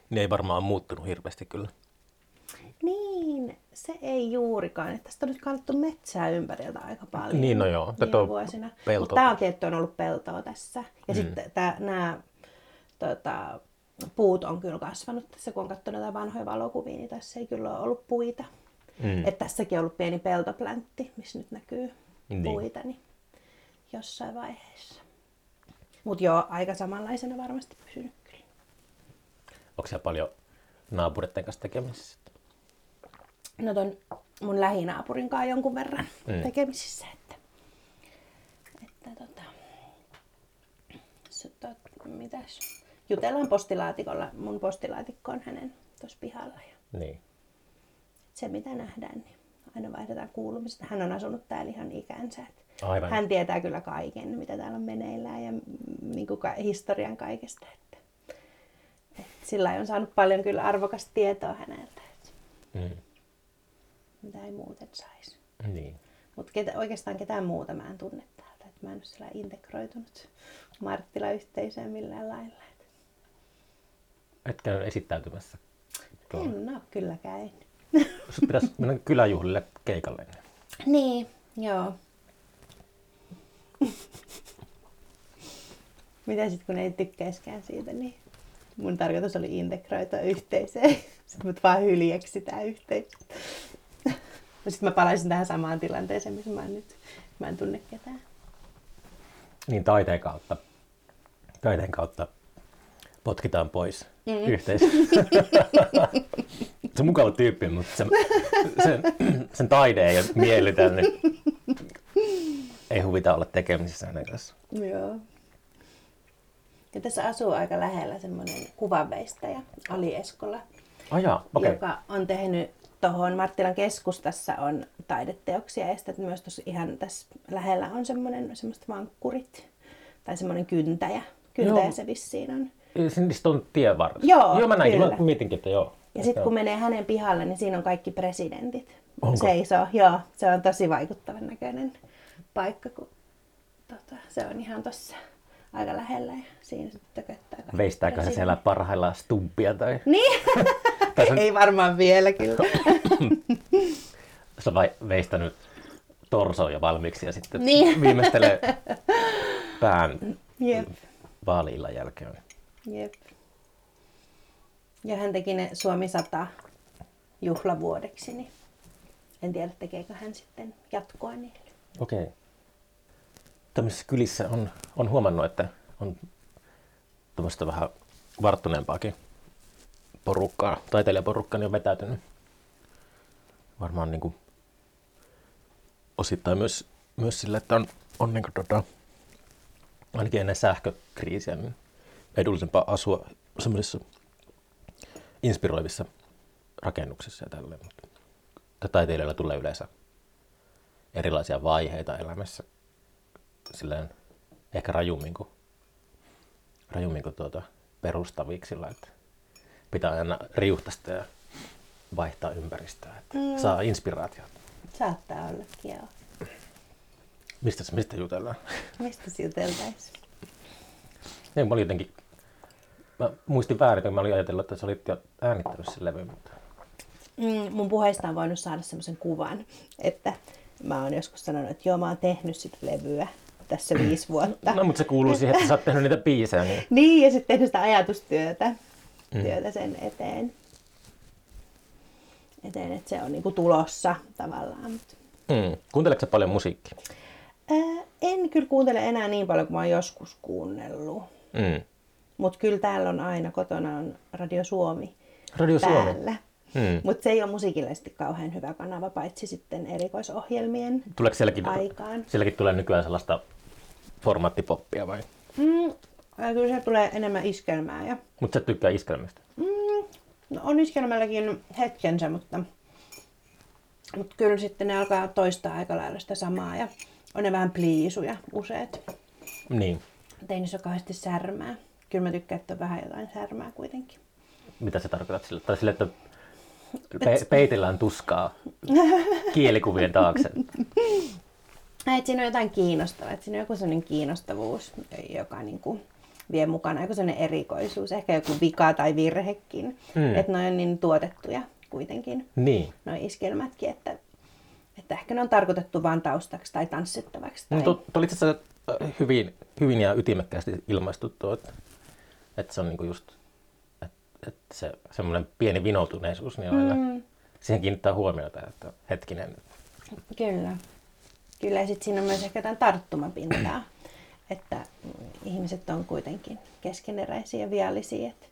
Ne ei varmaan muuttunut hirveästi kyllä. Niin, se ei juurikaan. Että tästä on nyt kannattu metsää ympäriltä aika paljon. Niin, no joo. Viime Tuo vuosina. pelto. Mutta tämä on tietty on ollut peltoa tässä. Ja Mm. sitten nämä tota, puut on kyllä kasvanut tässä. Kun on katsonut näitä vanhoja valokuvia, niin tässä ei kyllä ole ollut puita. Mm. Että tässäkin on ollut pieni peltopläntti, missä nyt näkyy Niin. puita niin jossain vaiheessa. Mutta joo, aika samanlaisena varmasti pysynyt kyllä. Onko siellä paljon naapureiden kanssa tekemisissä? No ton mun lähinaapurin kanssa jonkun verran Mm. tekemisissä. Että, että tota, se, tot, mitäs? Jutellaan postilaatikolla. Mun postilaatikko on hänen tuossa pihalla. Ja Niin. se mitä nähdään, niin aina vaihdetaan kuulumista. Hän on asunut täällä ihan ikänsä. Että Aivan. hän tietää kyllä kaiken, mitä täällä on meneillään ja niin kuin historian kaikesta. Että, että sillä on saanut paljon kyllä arvokasta tietoa häneltä, että Mm. mitä ei muuten saisi. Niin. Mutta ketä, oikeastaan ketään muuta mä en tunne täältä. Et mä en ole sillä integroitunut Marttila-yhteisöön millään lailla. Et Et käynyt esittäytymässä. Tuolla. en ole kyllä käynyt. Sut pitäisi mennä kyläjuhlille keikalle. Niin, joo. Mitä sitten kun ei tykkäiskään siitä, niin mun tarkoitus oli integroitua yhteisöön. Sitten mut vaan hyljeksitään yhteisöön. Sitten mä palaisin tähän samaan tilanteeseen, missä mä oon nyt. Mä en tunne ketään. Niin taiteen kautta. Taiteen kautta potkitaan pois Mm. yhteisö. Se on mukava tyyppi, mutta se, sen, sen taide ei miellytä, niin ei huvita olla tekemisissä hänen kanssa. Joo. Ja tässä asuu aika lähellä semmoinen kuvanveistäjä Ali Eskola, Oh, jaa, okei. joka on tehnyt tuohon Marttilan keskustassa on taideteoksia ja sitten myös tuossa ihan tässä lähellä on semmoinen semmoiset vankkurit tai semmoinen kyntäjä. Kyntäjä Joo. se vissiin on. Niistä on tien varressa. Joo, joo, mä näin, kyllä. mä mietinkin, että joo. Ja sitten Joo. kun menee hänen pihalle, niin siinä on kaikki presidentit. Onko? Seisoo. Joo, se on tosi vaikuttavan näköinen paikka, kun tota, se on ihan tuossa aika lähellä ja siinä sitten tököttää kaikki Veistääkö hän presidentit. siellä parhaillaan stumpia tai... Niin, tai sen, ei varmaan vielä kyllä. se on vai, veistänyt torsoon jo valmiiksi ja sitten Niin. viimeistelee pään Jep, vaali-illan jälkeen. jep. Ja hän teki ne Suomi sata juhlavuodeksi, niin en tiedä tekeekö hän sitten jatkoa niille. Okei. Tämmöisissä kylissä on, on huomannut, että on tuommoista vähän varttuneempaakin porukkaa, taiteilijaporukkaa, niin on vetäytynyt. Varmaan niin kuin osittain myös, myös sillä, että on, on niin kuin tota, ainakin ennen sähkökriisiä niin edullisempaa asua semmoisissa inspiroivissa rakennuksissa ja tälleen. Mutta taiteilijoilla tulee yleensä erilaisia vaiheita elämässä silleen ehkä rajummin kuin, rajummin kuin tuota perustaviksilla, että pitää aina riuhtaista ja vaihtaa ympäristöä, että Mm. saa inspiraatiota. Saattaa ollakin, joo. Mistä, mistä jutellaan? Mistä se juteltaisiin? Niin, mä olin jotenkin, mä muistin väärin, että mä olin ajatellut, että sä olit jo äänittänyt sen levyn, mutta Mm, mun puheista on voinut saada semmoisen kuvan, että mä oon joskus sanonut, että joo, mä oon tehnyt sitä levyä tässä viisi vuotta. no, mutta se kuuluu siihen, että sä oot tehnyt niitä biisejä, niin Niin, ja sitten tehnyt sitä ajatustyötä Mm. työtä sen eteen. Eteen, että se on niinku tulossa tavallaan. Mut, mm. Kuunteleeko sä paljon musiikkia? ää, en kyllä kuuntele enää niin paljon kuin mä oon joskus kuunnellut. Mm. Mutta kyllä täällä on aina, kotona on Radio Suomi Radio Suomi. päällä. Mm. Mutta se ei ole musiikillisesti kauhean hyvä kanava, paitsi sitten erikoisohjelmien Tuleeko sielläkin, aikaan. sielläkin tulee nykyään sellaista formaattipoppia vai? Mm, ää, kyllä se tulee enemmän iskelmää. Ja, Mutta sä tykkää iskelmästä. mm, no on iskelmälläkin hetkensä, mutta, mutta kyllä sitten ne alkaa toistaa aika lailla sitä samaa. Ja on ne vähän pliisuja useat. Niin. Ei niissä ole kauheasti särmää. Kyllä mä tykkään, että on vähän jotain särmää kuitenkin. Mitä sä tarkoitat sillä? Tai sille, että pe- peitellään tuskaa kielikuvien taakse. Et siinä on jotain kiinnostavaa, että siinä on joku sellainen kiinnostavuus, joka niinku vie mukana joku sellainen erikoisuus, ehkä joku vika tai virhekin. Mm. Että ne on niin tuotettuja kuitenkin, niin. noi iskelmätkin, että, että ehkä ne on tarkoitettu vain taustaksi tai tanssittavaksi. Tai... No, tuo oli itse asiassa hyvin, hyvin ja ytimekkäästi ilmaistu tuo, että, että se on niinku just, että, että se semmoinen pieni vinoutuneisuus, niin aina mm. siihen kiinnittää huomiota, että hetkinen. Kyllä. Kyllä, ja sitten siinä on myös ehkä jotain tarttumapintaa, että ihmiset on kuitenkin keskeneräisiä ja viallisia. Että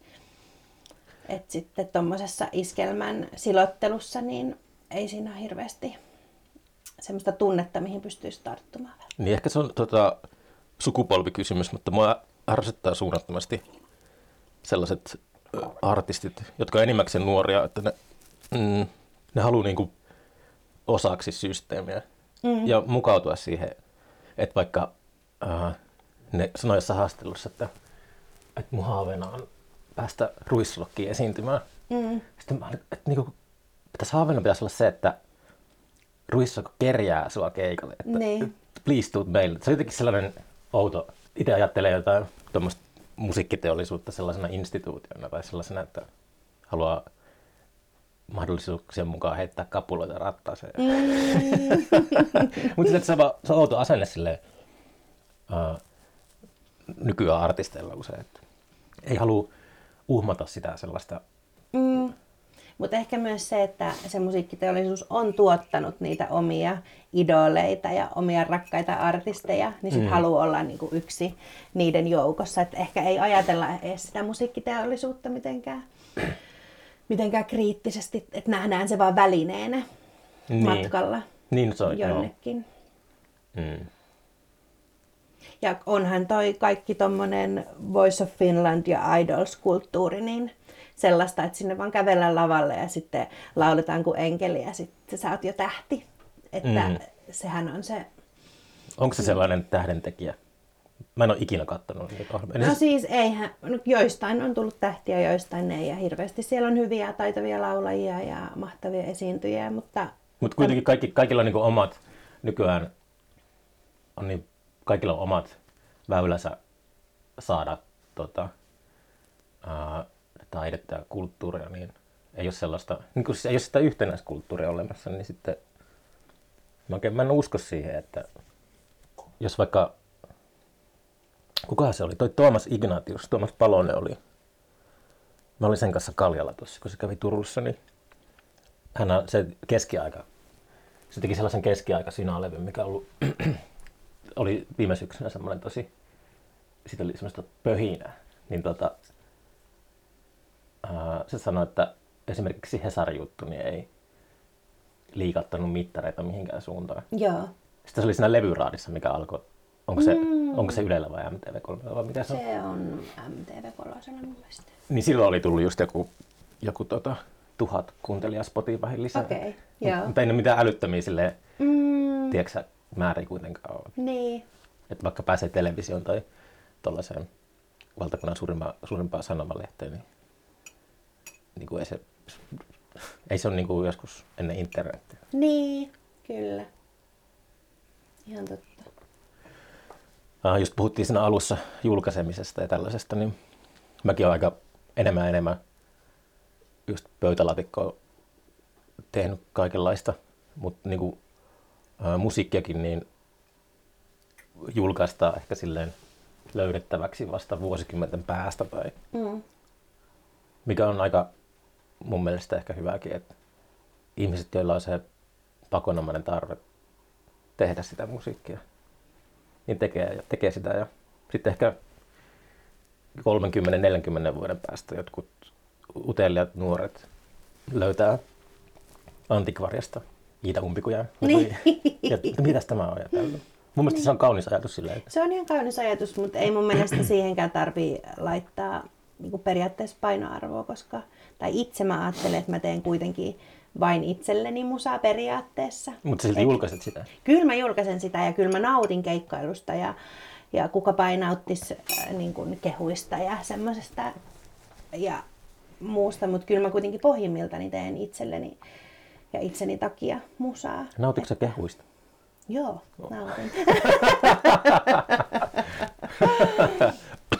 et sitten tuommoisessa iskelmän silottelussa niin ei siinä ole hirveästi semmoista tunnetta, mihin pystyisi tarttumaan. Niin ehkä se on tota, sukupolvikysymys, mutta mua ärsyttää suunnattomasti sellaiset ö, artistit, jotka on enimmäkseen nuoria, että ne, mm, ne haluaa niinku osaksi systeemiä mm. ja mukautua siihen, että vaikka äh, ne sanoi jossain haastattelussa, että, että mun haaveena on päästä Ruisrockiin esiintymään. Mm. Sitten mä olin, että niinku, pitäisi haaveena pitäisi olla se, että Ruisrock kerjää sua keikalle, että niin. Please tuut meille. Se on jotenkin sellainen outo. Itse ajattelee jotain tuommoista musiikkiteollisuutta sellaisena instituutiona tai sellaisena, että haluaa mahdollisuuksien mukaan heittää kapuloita rattaaseen. Mm. Mutta se, se on outo asenne silleen, uh, nykyään artisteilla usein, että ei halua uhmata sitä sellaista. Mm. Mutta ehkä myös se, että se musiikkiteollisuus on tuottanut niitä omia idoleita ja omia rakkaita artisteja, niin sitten mm. haluaa olla niinku yksi niiden joukossa. Et ehkä ei ajatella edes sitä musiikkiteollisuutta mitenkään, mitenkään kriittisesti, että nähdään se vaan välineenä niin. matkalla niin se on, jonnekin. Mm. Ja onhan toi kaikki tommonen Voice of Finland ja Idols-kulttuuri niin sellaista, että sinne vaan kävellään lavalle ja sitten lauletaan kuin enkeli ja sitten sä oot jo tähti. Että mm. sehän on se... Onko se sellainen tähdentekijä? Mä en ole ikinä katsonut niitä. No siis eihän, no joistain on tullut tähtiä, joistain ei ja hirveästi siellä on hyviä taitavia laulajia ja mahtavia esiintyjiä, mutta... Mutta kuitenkin kaikki, kaikilla on niin kuin omat, nykyään on niin, kaikilla on omat väylänsä saada tota, ää, taidetta ja kulttuuria, niin ei ole sellaista, niin kun ei ole sitä yhtenäiskulttuuria olemassa, niin sitten mä, oikein, mä en usko siihen, että jos vaikka, kukahan se oli, toi Tuomas Ignatius, Tuomas Palonen oli, mä olin sen kanssa Kaljalla tuossa, kun se kävi Turussa, niin hän on se keskiaika, se teki sellaisen keskiaika-synalevyn, mikä ollut, oli viime syksynä semmoinen tosi, siitä oli semmoista pöhinää, niin tota, ää, se sanoi, että esimerkiksi Hesari-juttu niin ei liikattanut mittareita mihinkään suuntaan. Joo. Sitten se oli siinä levyraadissa, mikä alkoi, onko se, mm. onko se Ylellä vai M T V kolme vai mitä se on? Se on M T V kolme mun mielestä. Niin silloin oli tullut just joku, joku tota, tuhat kuuntelijaa Spotifyhin lisää. Okei, okay, joo. Mutta ei ne mitään älyttömiä silleen, mm. tiedätkö määriä kuitenkaan ole. Niin. Että vaikka pääsee televisioon tai tuollaiseen valtakunnan suurimpaan, suurimpaan sanomalehteen, niin, niin kuin ei, se, ei se ole niin kuin joskus ennen internetiä. Niin, kyllä. Ihan totta. Uh, just puhuttiin siinä alussa julkaisemisesta ja tällaisesta, niin mäkin olen aika enemmän enemmän just pöytälaatikkoa tehnyt kaikenlaista, mutta niin kuin, uh, musiikkiakin niin julkaistaan ehkä silleen löydettäväksi vasta vuosikymmenten päästä, tai mm. mikä on aika mun mielestä ehkä hyväkin, että ihmiset, joilla on se pakonomainen tarve tehdä sitä musiikkia, niin tekee, tekee sitä ja sitten ehkä kolmekymmentä neljäkymmentä vuoden päästä jotkut uteliaat nuoret löytää antikvariasta Iida Umpikujan. Niin. Ja mitäs tämä on? Ja mun mielestä niin. Se on kaunis ajatus silleen. Että... Se on ihan kaunis ajatus, mutta ei mun mielestä siihenkään tarvii laittaa niin periaatteessa painoarvoa, koska tai itse mä ajattelen, että mä teen kuitenkin vain itselleni musaa periaatteessa. Mutta silti Et, julkaiset sitä? Kyllä mä julkaisen sitä ja kyllä mä nautin keikkailusta ja, ja kukapa ei nauttisi äh, niin kuin kehuista ja semmoisesta ja muusta, mutta kyllä mä kuitenkin pohjimmiltani teen itselleni ja itseni takia musaa. Nautitko sä kehuista? Joo, oh. nautin.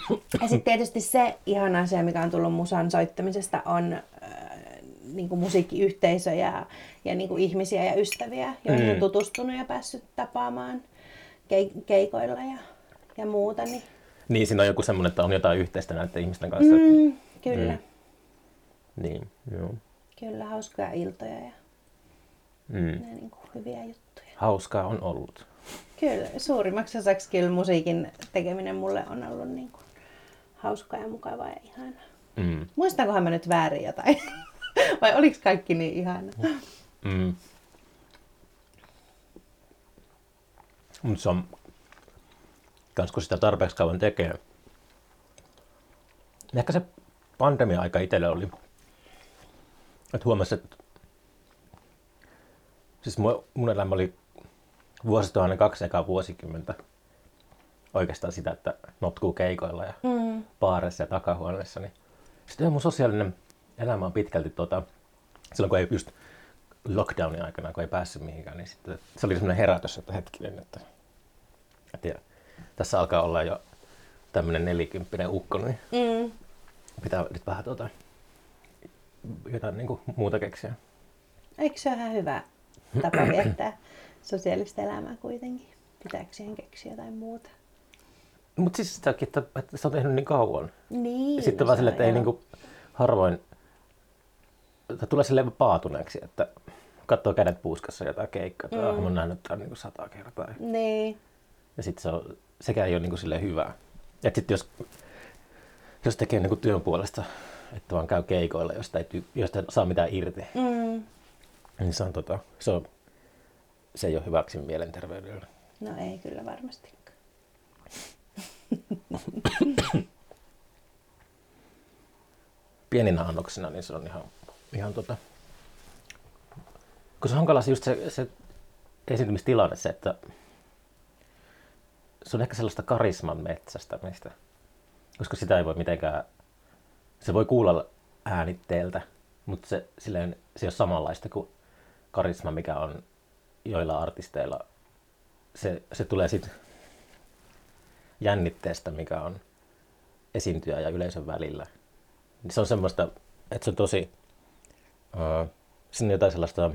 Ja sitten tietysti se ihana asia, mikä on tullut musan soittamisesta, on äh, niin kuin musiikkiyhteisö ja, ja niin kuin ihmisiä ja ystäviä, joihin on Mm. tutustunut ja päässyt tapaamaan keik- keikoilla ja, ja muuta. Niin, Niin, siinä on joku semmoinen, että on jotain yhteistä näiden ihmisten kanssa. mm, kyllä, Mm. Niin, joo. kyllä, hauskoja iltoja ja, Mm. ja niin kuin hyviä juttuja. Hauskaa on ollut. Kyllä, suurimmaksi osaksi kyllä musiikin tekeminen mulle on ollut niin kuin hauskaa ja mukavaa ja ihanaa. Mm. Muistankohan mä nyt väärin jotain? Vai oliks kaikki niin ihanaa? Mm. Mutta se on, kans kun sitä tarpeeksi kauan tekee. Ehkä se pandemia-aika itselle oli, että huomasi, että siis mun, mun elämä oli vuosituhannen kaksi ekaa vuosikymmentä oikeastaan sitä, että notkuu keikoilla ja Mm. baareissa ja takahuoneessa. Niin sitten mun sosiaalinen elämä on pitkälti tota, silloin kun ei just lockdownin aikana, kun ei päässyt mihinkään, niin sitten se oli semmoinen herätys, että hetkinen, että, että tässä alkaa olla jo tämmöinen nelikymppinen ukko, niin Mm. pitää nyt vähän tota, jotain niin kuin muuta keksiä. Eikö se ole ihan hyvä tapa viettää sosiaalista elämää kuitenkin? Pitääkö siihen keksiä jotain muuta? Mutta siis sitäkin, että, että se on tehnyt niin kauan. Niin. Ja sitten no vaan se silleen, on, että ei joo. niinku harvoin, että tulee silleen paatuneeksi, että katsoo kädet puuskassa jotain keikkaa, että mm. mä oon nähnyt tämän niinku sata kertaa. Niin. Ja sitten se on, sekään ei ole niinku silleen hyvää. Ja sitten jos, jos tekee niinku työn puolesta, että vaan käy keikoilla, josta ei, ty- josta ei saa mitään irti, Mm. niin se on, tota, se on, se ei ole hyväksi mielenterveydelle. No ei kyllä varmastikaan. Pieninä annoksina, niin se on ihan, ihan tota, kun se on hankala just se, se esiintymistilanne, se, että se on ehkä sellaista karisman metsästämistä, koska sitä ei voi mitenkään, se voi kuulla äänitteeltä, mutta se, silleen, se ei ole samanlaista kuin karisma, mikä on joilla artisteilla. Se, se tulee sitten jännitteestä, mikä on esiintyjä ja yleisön välillä. Se on semmoista, että se on tosi, uh, siinä on jotain sellaista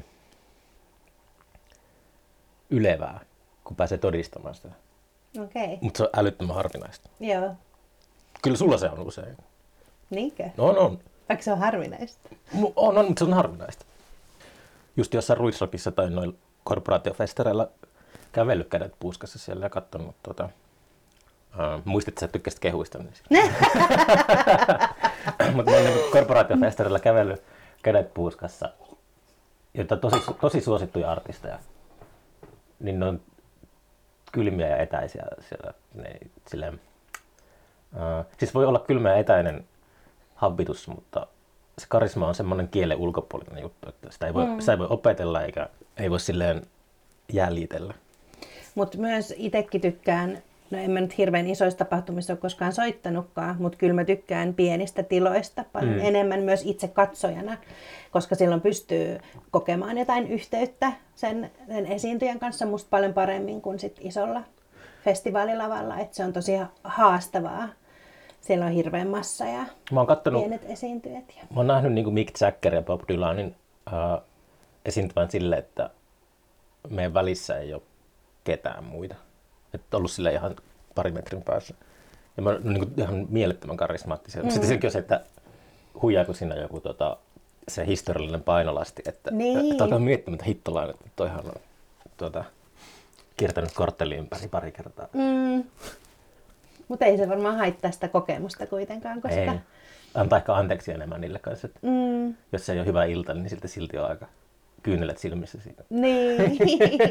ylevää, kun pääsee todistamaan sitä. Okei. Okay. Mutta se on älyttömän harvinaista. Joo. Kyllä sulla se on usein. Niinkö? No on, on. Vaikka se on harvinaista. Mu- On, on, mutta se on harvinaista. Just jossain Ruisrockissa tai noilla korporaatiofestareilla kävellyt kädet puuskassa siellä ja katsonut tuota. Uh, muistit, että sä tykkäsit kehuista. Niin mutta mä oon niin korporaatiofestareilla kävellyt kädet puuskassa, joita tosi, tosi suosittuja artisteja. Niin ne on kylmiä ja etäisiä siellä. Ne, silleen, uh, siis voi olla kylmä ja etäinen habitus, mutta se karisma on semmoinen kielen ulkopuolinen juttu, että sitä ei voi, mm. sitä ei voi opetella eikä ei voi silleen jäljitellä. Mutta myös itsekin tykkään, no en mä nyt hirveän isoista tapahtumista ole koskaan soittanutkaan, mutta kyllä mä tykkään pienistä tiloista paljon mm. enemmän myös itse katsojana, koska silloin pystyy kokemaan jotain yhteyttä sen, sen esiintyjän kanssa musta paljon paremmin kuin sit isolla festivaalilavalla, että se on tosi haastavaa. Siellä on hirveän massa ja mä oon kattonut, pienet esiintyjät. Ja... Mä oon nähnyt niin kuin Mick Jagger ja Bob Dylanin uh, esiintyvän silleen, että meidän välissä ei ole ketään muita. Että ollut sille ihan pari metrin päässä. Ja mä oon niin kuin ihan mielettömän karismaattisia. Mm. Sitten sekin on se, että huijaako siinä joku tota, se historiallinen painolasti, että niin. että alkaa miettimään, että hittolainen, että toihan on tuota, kiertänyt kortteli ympäri pari kertaa. Mm. Mutta ei se varmaan haittaa sitä kokemusta kuitenkaan, koska... Ei. Antaa ehkä anteeksi enemmän niille kanssa, että mm. jos se ei ole hyvä ilta, niin silti, silti on aika kyynelet silmissä siitä. Niin.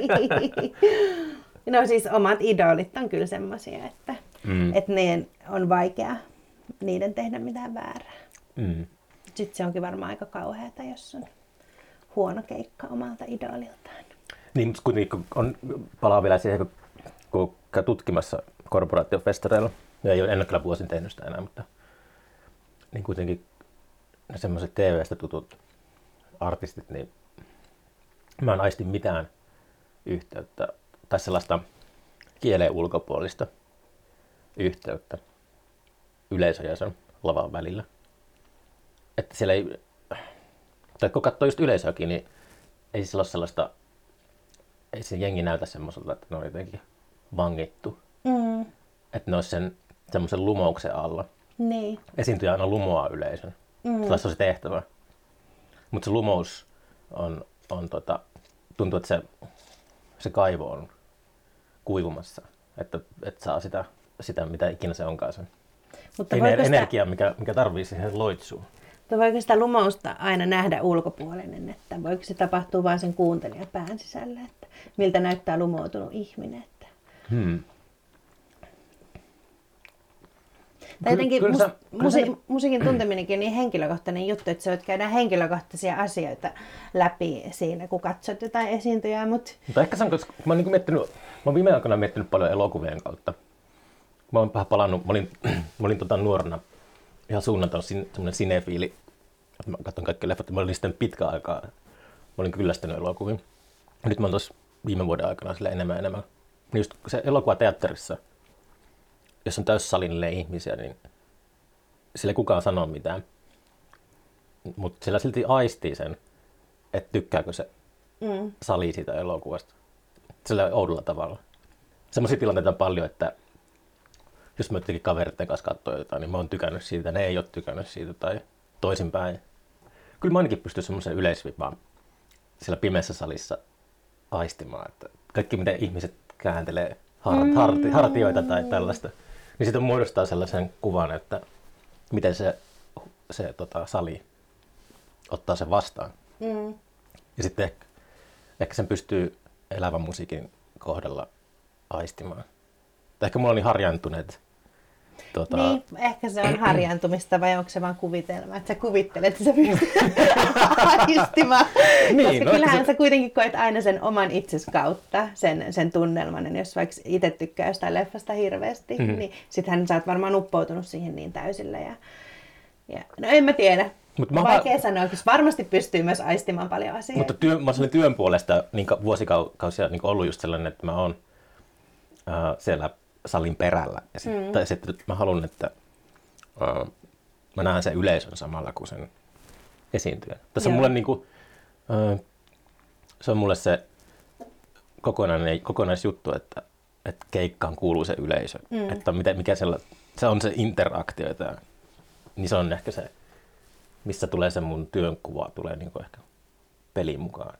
No siis omat idolit on kyllä semmoisia, että, mm. että niiden on vaikea niiden tehdä mitään väärää. Mm. Sitten se onkin varmaan aika kauheata, jos on huono keikka omalta idoliltaan. Niin, mutta kuitenkin on, palaa vielä siihen, kun, kun käy tutkimassa korporaatiofestareilla. Ja ei ole, en ole kyllä vuosin tehnyt sitä enää, mutta niin kuitenkin ne semmoiset T V:stä tutut artistit, niin mä en aisti mitään yhteyttä tai sellaista kieleen ulkopuolista yhteyttä. yleisö ja sen lavan välillä. Että siellä ei, tai kun katsoo just yleisöäkin, niin ei sillä ole sellaista, ei se jengi näytä semmoiselta, että ne on jotenkin vangittu. Mm. Että ne olisi sen semmoisen lumouksen alla. Niin. Esiintyjä aina lumoaa yleisön. Mm. Sellaista on se tehtävä. Mutta se lumous on, on tota, tuntuu, että se, se kaivo on kuivumassa. Että, että saa sitä, sitä, mitä ikinä se onkaan sen. Mutta Ener- voiko sitä, energiaa, mikä, mikä tarvii siihen loitsuun. mutta voiko sitä lumousta aina nähdä ulkopuolinen, että voiko se tapahtua vain sen kuuntelijan pään sisällä, että miltä näyttää lumoutunut ihminen? Että... Hmm. Tai jotenkin Kyllä- mus, kyllä sä- musi, kyllä sä- musiikin tunteminenkin on niin henkilökohtainen juttu, että sä voit käydä henkilökohtaisia asioita läpi siinä, kun katsot jotain esiintyjää, mutta Mutta ehkä se on, koska mä oon niinku miettinyt, mä oon viime aikoina miettinyt paljon elokuvien kautta. Mä oon vähän palannut, mä olin, mä olin tota nuorena ihan suunnaton sin, semmoinen sinefiili, että mä katson kaikki leffat, mä olin sitten pitkään aikaa, mä olin kyllästynyt elokuviin. Ja nyt mä oon tuossa viime vuoden aikana sille enemmän ja enemmän. Niin just se elokuvateatterissa, jos on täyssalinille ihmisiä, niin sillä ei kukaan sano mitään. Mutta sillä silti aistii sen, että tykkääkö se mm, sali siitä elokuvasta. Sillä oudolla tavalla. Semmoisia tilanteita on paljon, että jos mä jotenkin kaveritten kanssa katsoo jotain, niin mä oon tykännyt siitä, ne ei ole tykännyt siitä tai toisinpäin. Kyllä mä ainakin pystyn semmoisen yleisvipaan siellä pimeässä salissa aistimaan, että kaikki miten ihmiset kääntelee hart, harti, hartioita tai tällaista, niin sitten muodostaa sellaisen kuvan, että miten se, se tota, sali ottaa sen vastaan. mm. Ja sitten ehkä, ehkä sen pystyy elävän musiikin kohdalla aistimaan. Tai ehkä mulla oli harjaantuneet. Tota... Niin, ehkä se on harjaantumista vai onko se vaan kuvitelma, että sä kuvittelet, että sä pystyt aistimaan. Niin, Koska no, kyllähän se- sä kuitenkin koet aina sen oman itses kautta sen, sen tunnelman. Jos vaikka itse tykkää jostain leffasta hirveästi, Mhm. niin sittenhän sä oot varmaan uppoutunut siihen niin täysillä. Ja, ja, no en mä tiedä. Mut mä Vaikea vaan- sanoa, koska varmasti pystyy myös aistimaan paljon asioita. Mutta työ, mä olin työn puolesta niin ka- vuosikausia niin ollut just sellainen, että mä oon äh, siellä salin perällä. Ja sit, Mm. tai sitten mä haluan, että äh, mä näen sen yleisön samalla kuin sen esiintyjän. Tässä on Joo. mulle niin kuin, äh, se on mulle se kokonainen, kokonaisjuttu, että, että keikkaan kuuluu se yleisö. Mm. Että mitä, mikä sella, se on se interaktio. Että, niin se on ehkä se, missä tulee se mun työnkuva, tulee niin kuin ehkä peliin mukaan.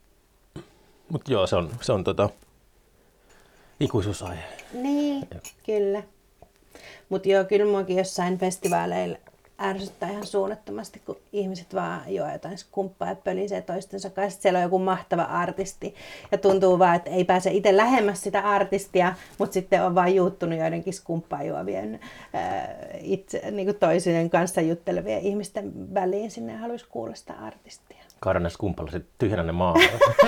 Mutta joo, se on, se on tota, ikuisuusaihe. Niin, kyllä. Mutta joo, kyllä muakin jossain festivaaleilla ärsyttää ihan suunnattomasti, kun ihmiset vaan juo jotain skumppaa ja pölisee toistensa kanssa. Sitten siellä on joku mahtava artisti ja tuntuu vaan, että ei pääse itse lähemmäs sitä artistia, mutta sitten on vaan juuttunut joidenkin skumppaa juovien ää, itse, niin kuin toisien kanssa juttelevien ihmisten väliin sinne ja haluaisi kuulla sitä artistia. Kaarina skumpalla se tyhjänä maahan.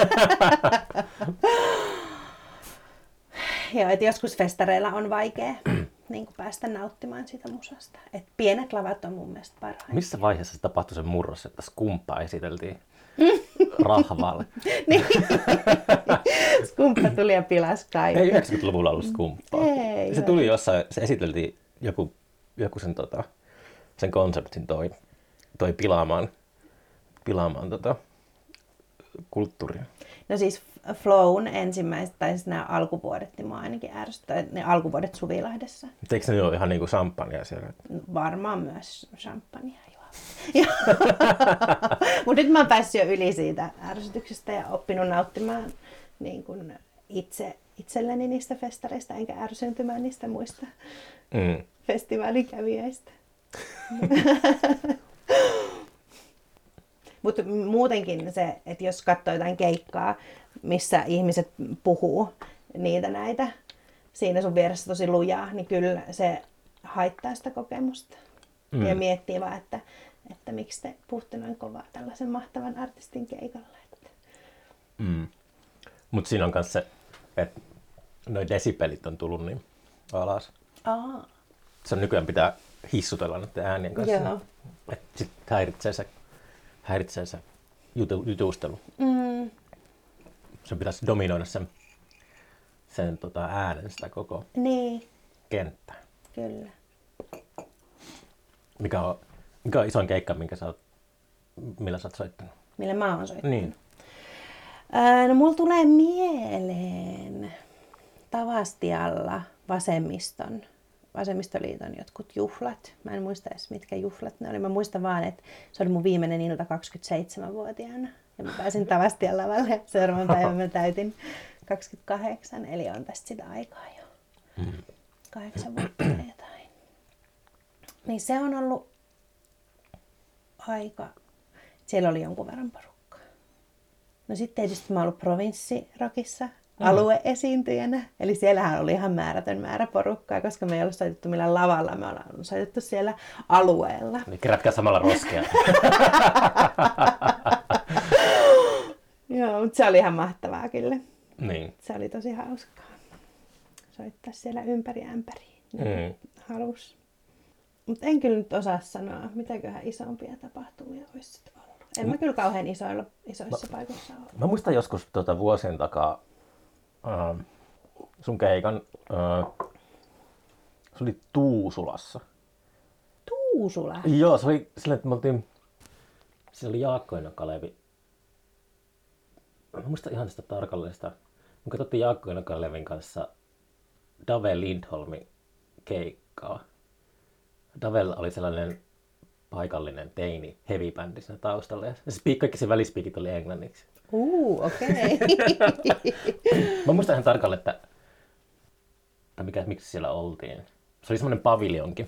Joo, että joskus festareilla on vaikea niin kuin päästä nauttimaan siitä musasta. Et pienet lavat on mun mielestä parhaita. Missä vaiheessa se tapahtui se murros, että skumppaa esiteltiin rahvalle? Niin. Skumppa tuli ja pilasi Ei kaiken. yhdeksänkymmentäluvulla ollut skumppaa. Ei, se joo. tuli jossain, se esiteltiin, joku, joku sen, tota, sen konseptin toi, toi pilaamaan, pilaamaan tota, kulttuuria. No siis Flown ensimmäiset, tai siis nämä alkuvuodet, niin mua ainakin ärsyttää, ne alkuvuodet Suvilahdessa. Mutta eikö ne ole ihan niinku champagnea siellä? Varmaan myös champagnea juo. Mutta nyt mä oon päässyt jo yli siitä ärsytyksestä ja oppinut nauttimaan niin kun itse, itselleni niistä festareista, enkä ärsyntymään niistä muista Mm. festivaalikävijöistä. Mutta muutenkin se, että jos katsoo jotain keikkaa, missä ihmiset puhuu niitä näitä siinä sun vieressä tosi lujaa, niin kyllä se haittaa sitä kokemusta. Mm. Ja miettii vaan, että, että miksi te puhutte noin kovaa tällaisen mahtavan artistin keikalla. Että... Mm. Mutta siinä on myös se, että noi desibelit on tullut niin alas. Aa, Se on nykyään pitää hissutella näiden äänien kanssa. joo. Että sitten häiritsee se, häiritsee se jutu, jutustelu. Mm, Sen pitäisi dominoida sen, sen tota äänen sitä koko niin, kenttää. kyllä. Mikä on, mikä on isoin keikka, minkä sä oot, millä sä oot soittanut? Millä mä oon soittanut? Niin. Öö, no mulla tulee mieleen Tavastialla vasemmiston, vasemmistoliiton jotkut juhlat. Mä en muista edes mitkä juhlat ne oli. Mä muistan vaan, että se oli mun viimeinen ilta kaksikymmentäseitsemänvuotiaana. Ja mä pääsin Tavastian lavalle ja seuraavan päivän mä täytin kaksikymmentäkahdeksan. Eli on tästä sitä aikaa jo. Mm. Kahdeksan vuotta tai jotain. Niin se on ollut aika... Siellä oli jonkun verran porukkaa. No sitten tietysti mä oon ollut provinssirokissa alueesiintyjänä. Eli siellähän oli ihan määrätön määrä porukkaa, koska me ei ollut soitettu millään lavalla. Me ollaan soitettu siellä alueella. Niin kerätkää samalla roskea. Joo, mutta se oli ihan mahtavaa kyllä. Niin. Se oli tosi hauskaa. Soittaa siellä ympäri ämpäriin. Mm. Halus. Mutta en kyllä nyt osaa sanoa, mitäköhän isompia tapahtumia olisi sit ollut. En mä kyllä kauhean isoilla, isoissa mä, paikoissa ole. Mä muistan joskus tuota, vuosien takaa äh, sun keikan. Äh, se oli Tuusulassa. Tuusula? Joo, se oli silleen, että me oltiin... Se oli Jaakkoina Kalevi. Mä muistan ihan sitä tarkalleen sitä. Me katsottiin Jaakkoina Kalevin kanssa Dave Lindholmin keikkaa. Davella oli sellainen paikallinen teini heavy-bändi siinä taustalla. Ja se, kaikki se välispiikit oli englanniksi. Uu, okei. Okay. Mä muistan ihan tarkalleen, että, että mikä, miksi siellä oltiin. Se oli semmoinen paviljonki.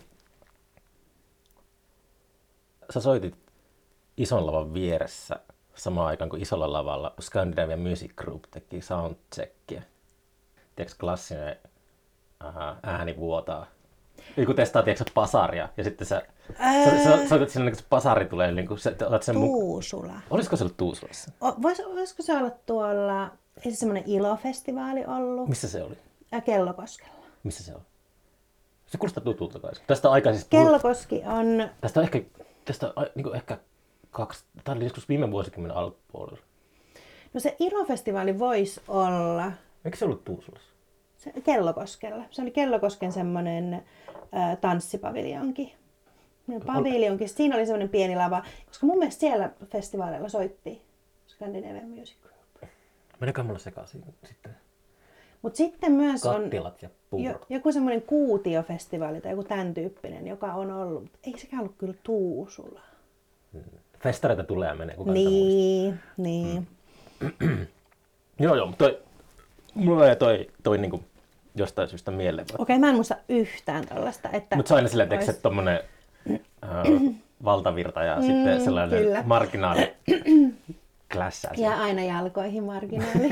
Sä soitit ison lavan vieressä samaan aikaan kuin isolla lavalla Scandinavian Music Group teki soundcheckia. Tiedätkö, klassinen aha, ääni vuotaa. Joku testaa, tiedätkö, pasaria, ja sitten sä, Ää... sä, sä soitat sinne, kun se pasari tulee, niin kun sä otat sen Tuusula. Mu- Olisiko se ollut Tuusulassa? O, vois, olisiko se olla tuolla, ei se semmoinen ilofestivaali ollut? Missä se oli? Ja Kellokoskella. Missä se on? Se kuulostaa tutulta kai. Tästä on aikaisista... Kellokoski on... Tästä on ehkä, tästä on, niin kuin ehkä kaksi... Tämä oli joskus viime vuosikymmenen alkupuolella. No se ilofestivaali voisi olla... Eikö se ollut Tuusulassa? Se, Kellokoskella. Se oli Kellokosken semmoinen äh, tanssipaviljonki. Paviljonki. Siinä oli semmoinen pieni lava, koska mun mielestä siellä festivaaleilla soitti Scandinavian Music Group. Menekään mulla sekaisin sitten. Mutta sitten myös Kattilat on ja puurot. jo, joku semmoinen kuutiofestivaali tai joku tämän tyyppinen, joka on ollut. Ei sekään ollut kyllä Tuusula. Hmm. Festareita tulee ja menee, kukaan Niin, niin. Hmm. joo, joo, mutta toi, mulla ei toi, toi niinku jostain syystä mieleen. Okei, okay, mä en muista yhtään tollaista. Että mutta se on aina silleen, että olis... tommonen äh, valtavirta ja mm, sitten sellainen kyllä. Marginaali klässää. Ja aina jalkoihin marginaali.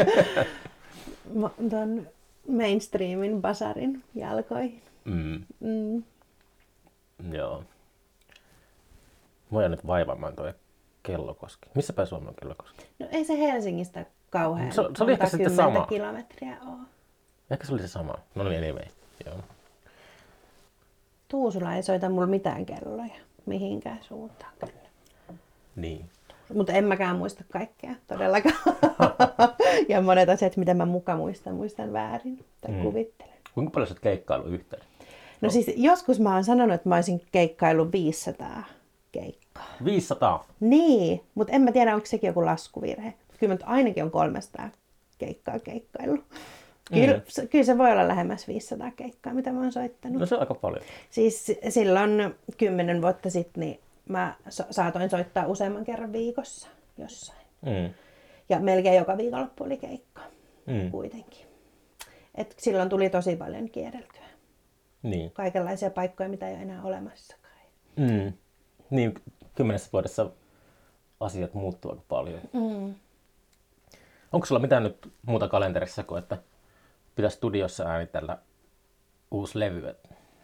Tuon mainstreamin basarin jalkoihin. Mm. Mm. Joo. Mua nyt vaivaamaan toi Kellokoski. Missä päin Suomi on Kellokoski? No ei se Helsingistä kauhean se, se oli ehkä sitten sama. kilometriä ole. Ehkä se oli se sama. No niin, anyway. Joo. Tuusula ei soita mulla mitään kelloja mihinkään suuntaan kyllä. Niin. Mutta en mäkään muista kaikkea todellakaan. Ja monet asiat, mitä mä muka muistan, muistan väärin tai mm. kuvittelen. Kuinka paljon sä oot keikkailu yhteen? No siis joskus mä oon sanonut, että mä olisin keikkaillut viisisataa keikkaa. viisisataa? Niin, mutta en mä tiedä, onko sekin joku laskuvirhe. Kyllä mä ainakin on kolmesataa keikkaa keikkaillut. Kyllä, mm. kyllä se voi olla lähemmäs viisisataa keikkaa, mitä mä oon soittanut. No se on aika paljon. Siis silloin kymmenen vuotta sitten niin mä so- saatoin soittaa useamman kerran viikossa jossain. Mm. Ja melkein joka viikonloppu oli keikka mm. kuitenkin. Et silloin tuli tosi paljon kierreltyä. Niin. Kaikenlaisia paikkoja, mitä ei ole enää olemassakaan. Mm. Niin, kymmenessä vuodessa asiat muuttuu aika paljon. Mm. Onko sulla mitään nyt muuta kalenterissa kuin, että pitäisi studiossa äänitellä uusi levy?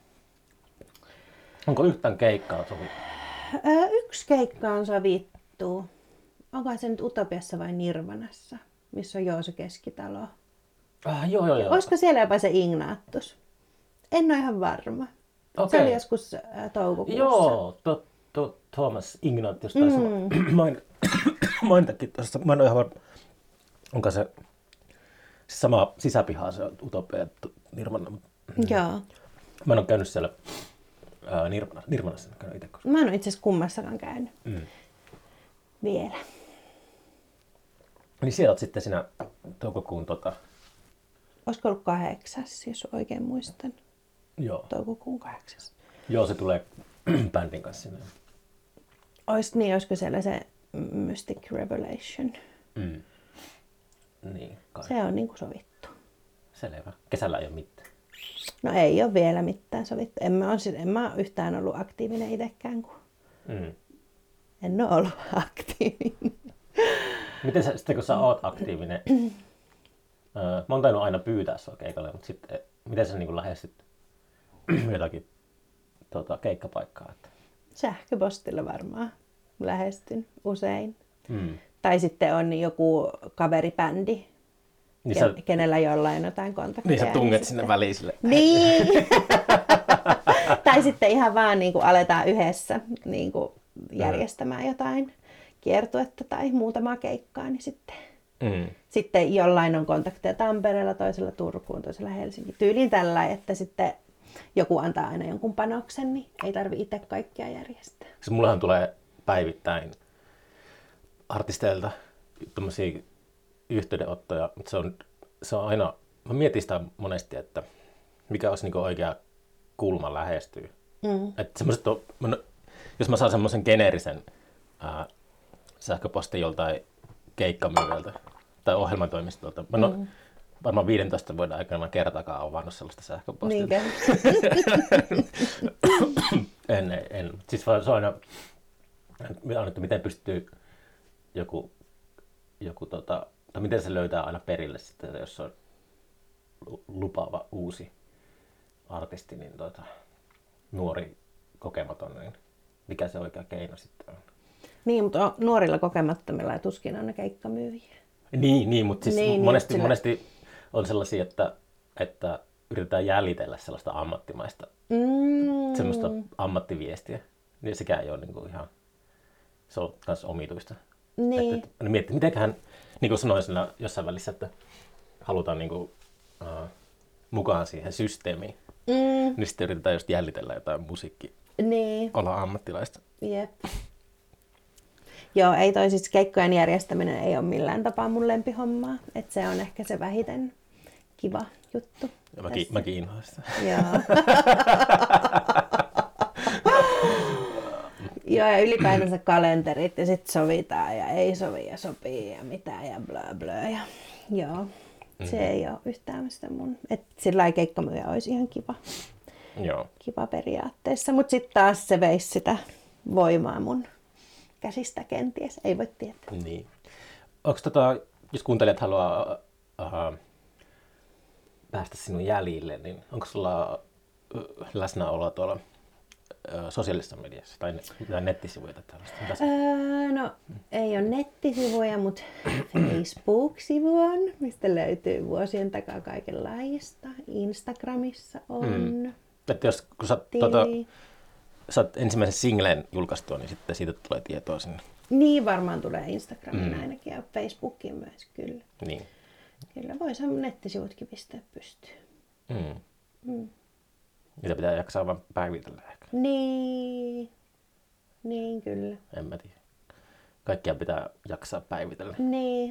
Onko yhtään keikkaa sovittu? Öö, yksi keikka on sovittu. Onko se nyt Utopiassa vai Nirvanassa, missä on Jooso Keskitalo? Ah, joo, joo, joo. Olisiko siellä jopa se Ignatius? En ole ihan varma. Okay. Se oli joskus äh, toukokuussa. Joo, to, to, Thomas Ignatius taisi mm. main, mainitakin tuossa. Mä en ole ihan varma. Onko se siis sama sisäpiha se Utopia ja Nirvana? Joo. Mä en ole käynyt siellä ää, Nirvana, Nirvanassa en käynyt itse koskaan. Mä en ole itse asiassa kummassakaan käynyt Mm. vielä. Niin siellä oot sitten siinä toukokuun tota... Olisiko ollut kahdeksas, jos oikein muistan. Joo. Toukokuun kahdeksas. Joo, se tulee bändin kanssa sinne. Ois, niin, olisiko siellä se Mystic Revelation? Mm. Niin, kai. Se on niin kuin sovittu. Selvä. Kesällä ei ole mitään. No ei ole vielä mitään sovittu. En mä, on, en mä ole yhtään ollut aktiivinen itsekään, kun Mm. en ole ollut aktiivinen. Miten sä, sitten kun sä oot aktiivinen, öö, mä oon tainnut aina pyytää sua keikalle, mutta sitten miten sä niin lähestyt jotakin tota, keikkapaikkaa? Että... Sähköpostilla varmaan lähestyn usein. Mm. Tai sitten on joku kaveribändi, Niin, ken, sä, kenellä jollain jotain kontakteja. niin sä tunget niin sinne sitten... väliin sille. Niin! Tai sitten ihan vaan niin kuin aletaan yhdessä niin kuin järjestämään jotain kiertuetta tai muutamaa keikkaa, niin sitten, Mm. sitten jollain on kontakteja Tampereella, toisella Turkuun, toisella Helsinki. Tyyliin tällä, että sitten joku antaa aina jonkun panoksen, niin ei tarvitse itse kaikkia järjestää. Siis mullahan tulee päivittäin artisteilta tommosia yhteydenottoja, mutta se on, se on aina, mä mietin sitä monesti, että mikä olisi niinku oikea kulma lähestyä. Mm. Että semmoset on, jos mä saan semmoisen geneerisen ää, sähköpostin joltain keikkamyyjältä tai ohjelmatoimistolta, mä en ole Mm. varmaan viidentoista vuoden aikana kertakaan avannut sellaista sähköpostia. Niinkö? en, en, en. Siis se on aina, että miten pystyy joku, joku tota, tai miten se löytää aina perille sitten, jos on lupaava uusi artisti, niin tota, nuori, kokematon, niin mikä se oikea keino sitten on? Niin, mutta nuorilla kokemattomilla ja tuskin on ne keikkamyyjiä. Niin, niin mutta siis Niin, monesti, niin, monesti on sellaisia, että, että yritetään jäljitellä sellaista ammattimaista, Mm. semmoista ammattiviestiä. Niin sekään ei ole niin kuin ihan, se on myös omituista. Niin. Että, että miettii, mitenköhän, niin kuin sanoin siinä jossain välissä, että halutaan niin kuin, uh, mukaan siihen systeemiin, Mm. niin sitten yritetään just jäljitellä jotain musiikki Niin. olla ammattilaista. Jep. Joo, ei toi siis keikkojen järjestäminen ei ole millään tapaa mun lempihommaa. Että se on ehkä se vähiten kiva juttu. Ja mä, ki- mä kiinhoan sitä. Joo. Joo, ja ylipäätänsä kalenterit ja sitten sovitaan ja ei sovi ja sopii ja mitä ja blö blö. Ja... Joo, se Mhm. ei ole yhtään sitä mun... Että sillä lailla keikkamyyjä olisi ihan kiva, Joo. kiva periaatteessa. Mutta sitten taas se veisi sitä voimaa mun käsistä kenties. Ei voi tietää. Niin. Onko tota, jos kuuntelijat haluaa uh, päästä sinun jäljille, niin onko sulla uh, läsnäoloa tuolla uh, sosiaalisessa mediassa tai ne- nettisivuja tai tällaista? Mitä sä- Öö, no, ei ole nettisivuja, mutta Facebook-sivu on, mistä löytyy vuosien takaa kaikenlaista. Instagramissa on Mm. Että jos kun sä, tili. tota, saat ensimmäisen singlen julkaistua, niin sitten siitä tulee tietoa sinne. Niin varmaan tulee Instagramiin Mm. ainakin ja Facebookiin myös, kyllä. Niin. Kyllä voisi nettisivutkin pistää pystyyn. Mm. Mm. Niitä pitää jaksaa vaan päivitellä ehkä. Niin, niin kyllä. En mä tiedä. Kaikkia pitää jaksaa päivitellä. Niin.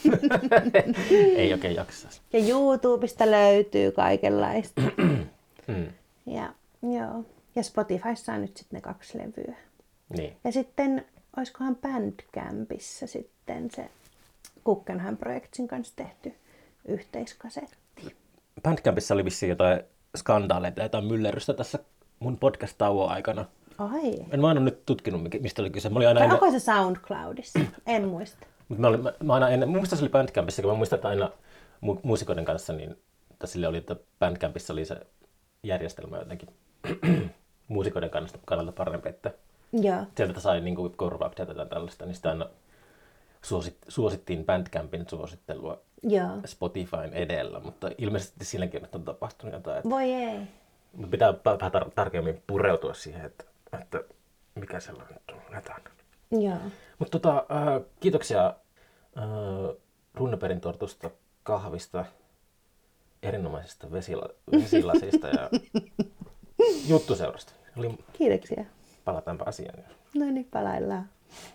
Ei oikein jaksaa. Ja YouTubesta löytyy kaikenlaista. Mm. Ja, joo. Ja Spotifyssa on nyt sitten ne kaksi levyä. Niin. Ja sitten, olisikohan Bandcampissa sitten se Guggenheim Projektin kanssa tehty yhteiskasetti. Bandcampissa oli vissiin jotain skandaaleja tai jotain myllerrystä tässä mun podcast-tauon aikana. Ai. En mä aina nyt tutkinut, mikä- mistä oli kyse. Mä olin aina Vai ennen, onko se SoundCloudissa? En muista. mutta mä, olin, mä, mä aina ennen, mun mielestä se oli Bandcampissa, kun mä muistan, että aina mu- muusikoiden kanssa, niin tai sille oli, että Bandcampissa oli se järjestelmä jotenkin muusikoiden kannalta, kannalta parempi, että Joo. sieltä sai niin kuin korvauksia tai tällaista, niin sitä aina suosit, suosittiin Bandcampin suosittelua Joo. Spotifyn edellä, mutta ilmeisesti silläkin on tapahtunut jotain. Että Voi ei. Mut pitää pa- vähän tar- tarkemmin pureutua siihen, että, että mikä sellainen nyt on hätänä. Joo. Mutta tota, äh, kiitoksia äh, Runneperin tortusta, kahvista, erinomaisesta vesila- vesilasista ja juttuseurasta. Oli, Kiitoksia. palataanpa asiaan. No niin, palaillaan.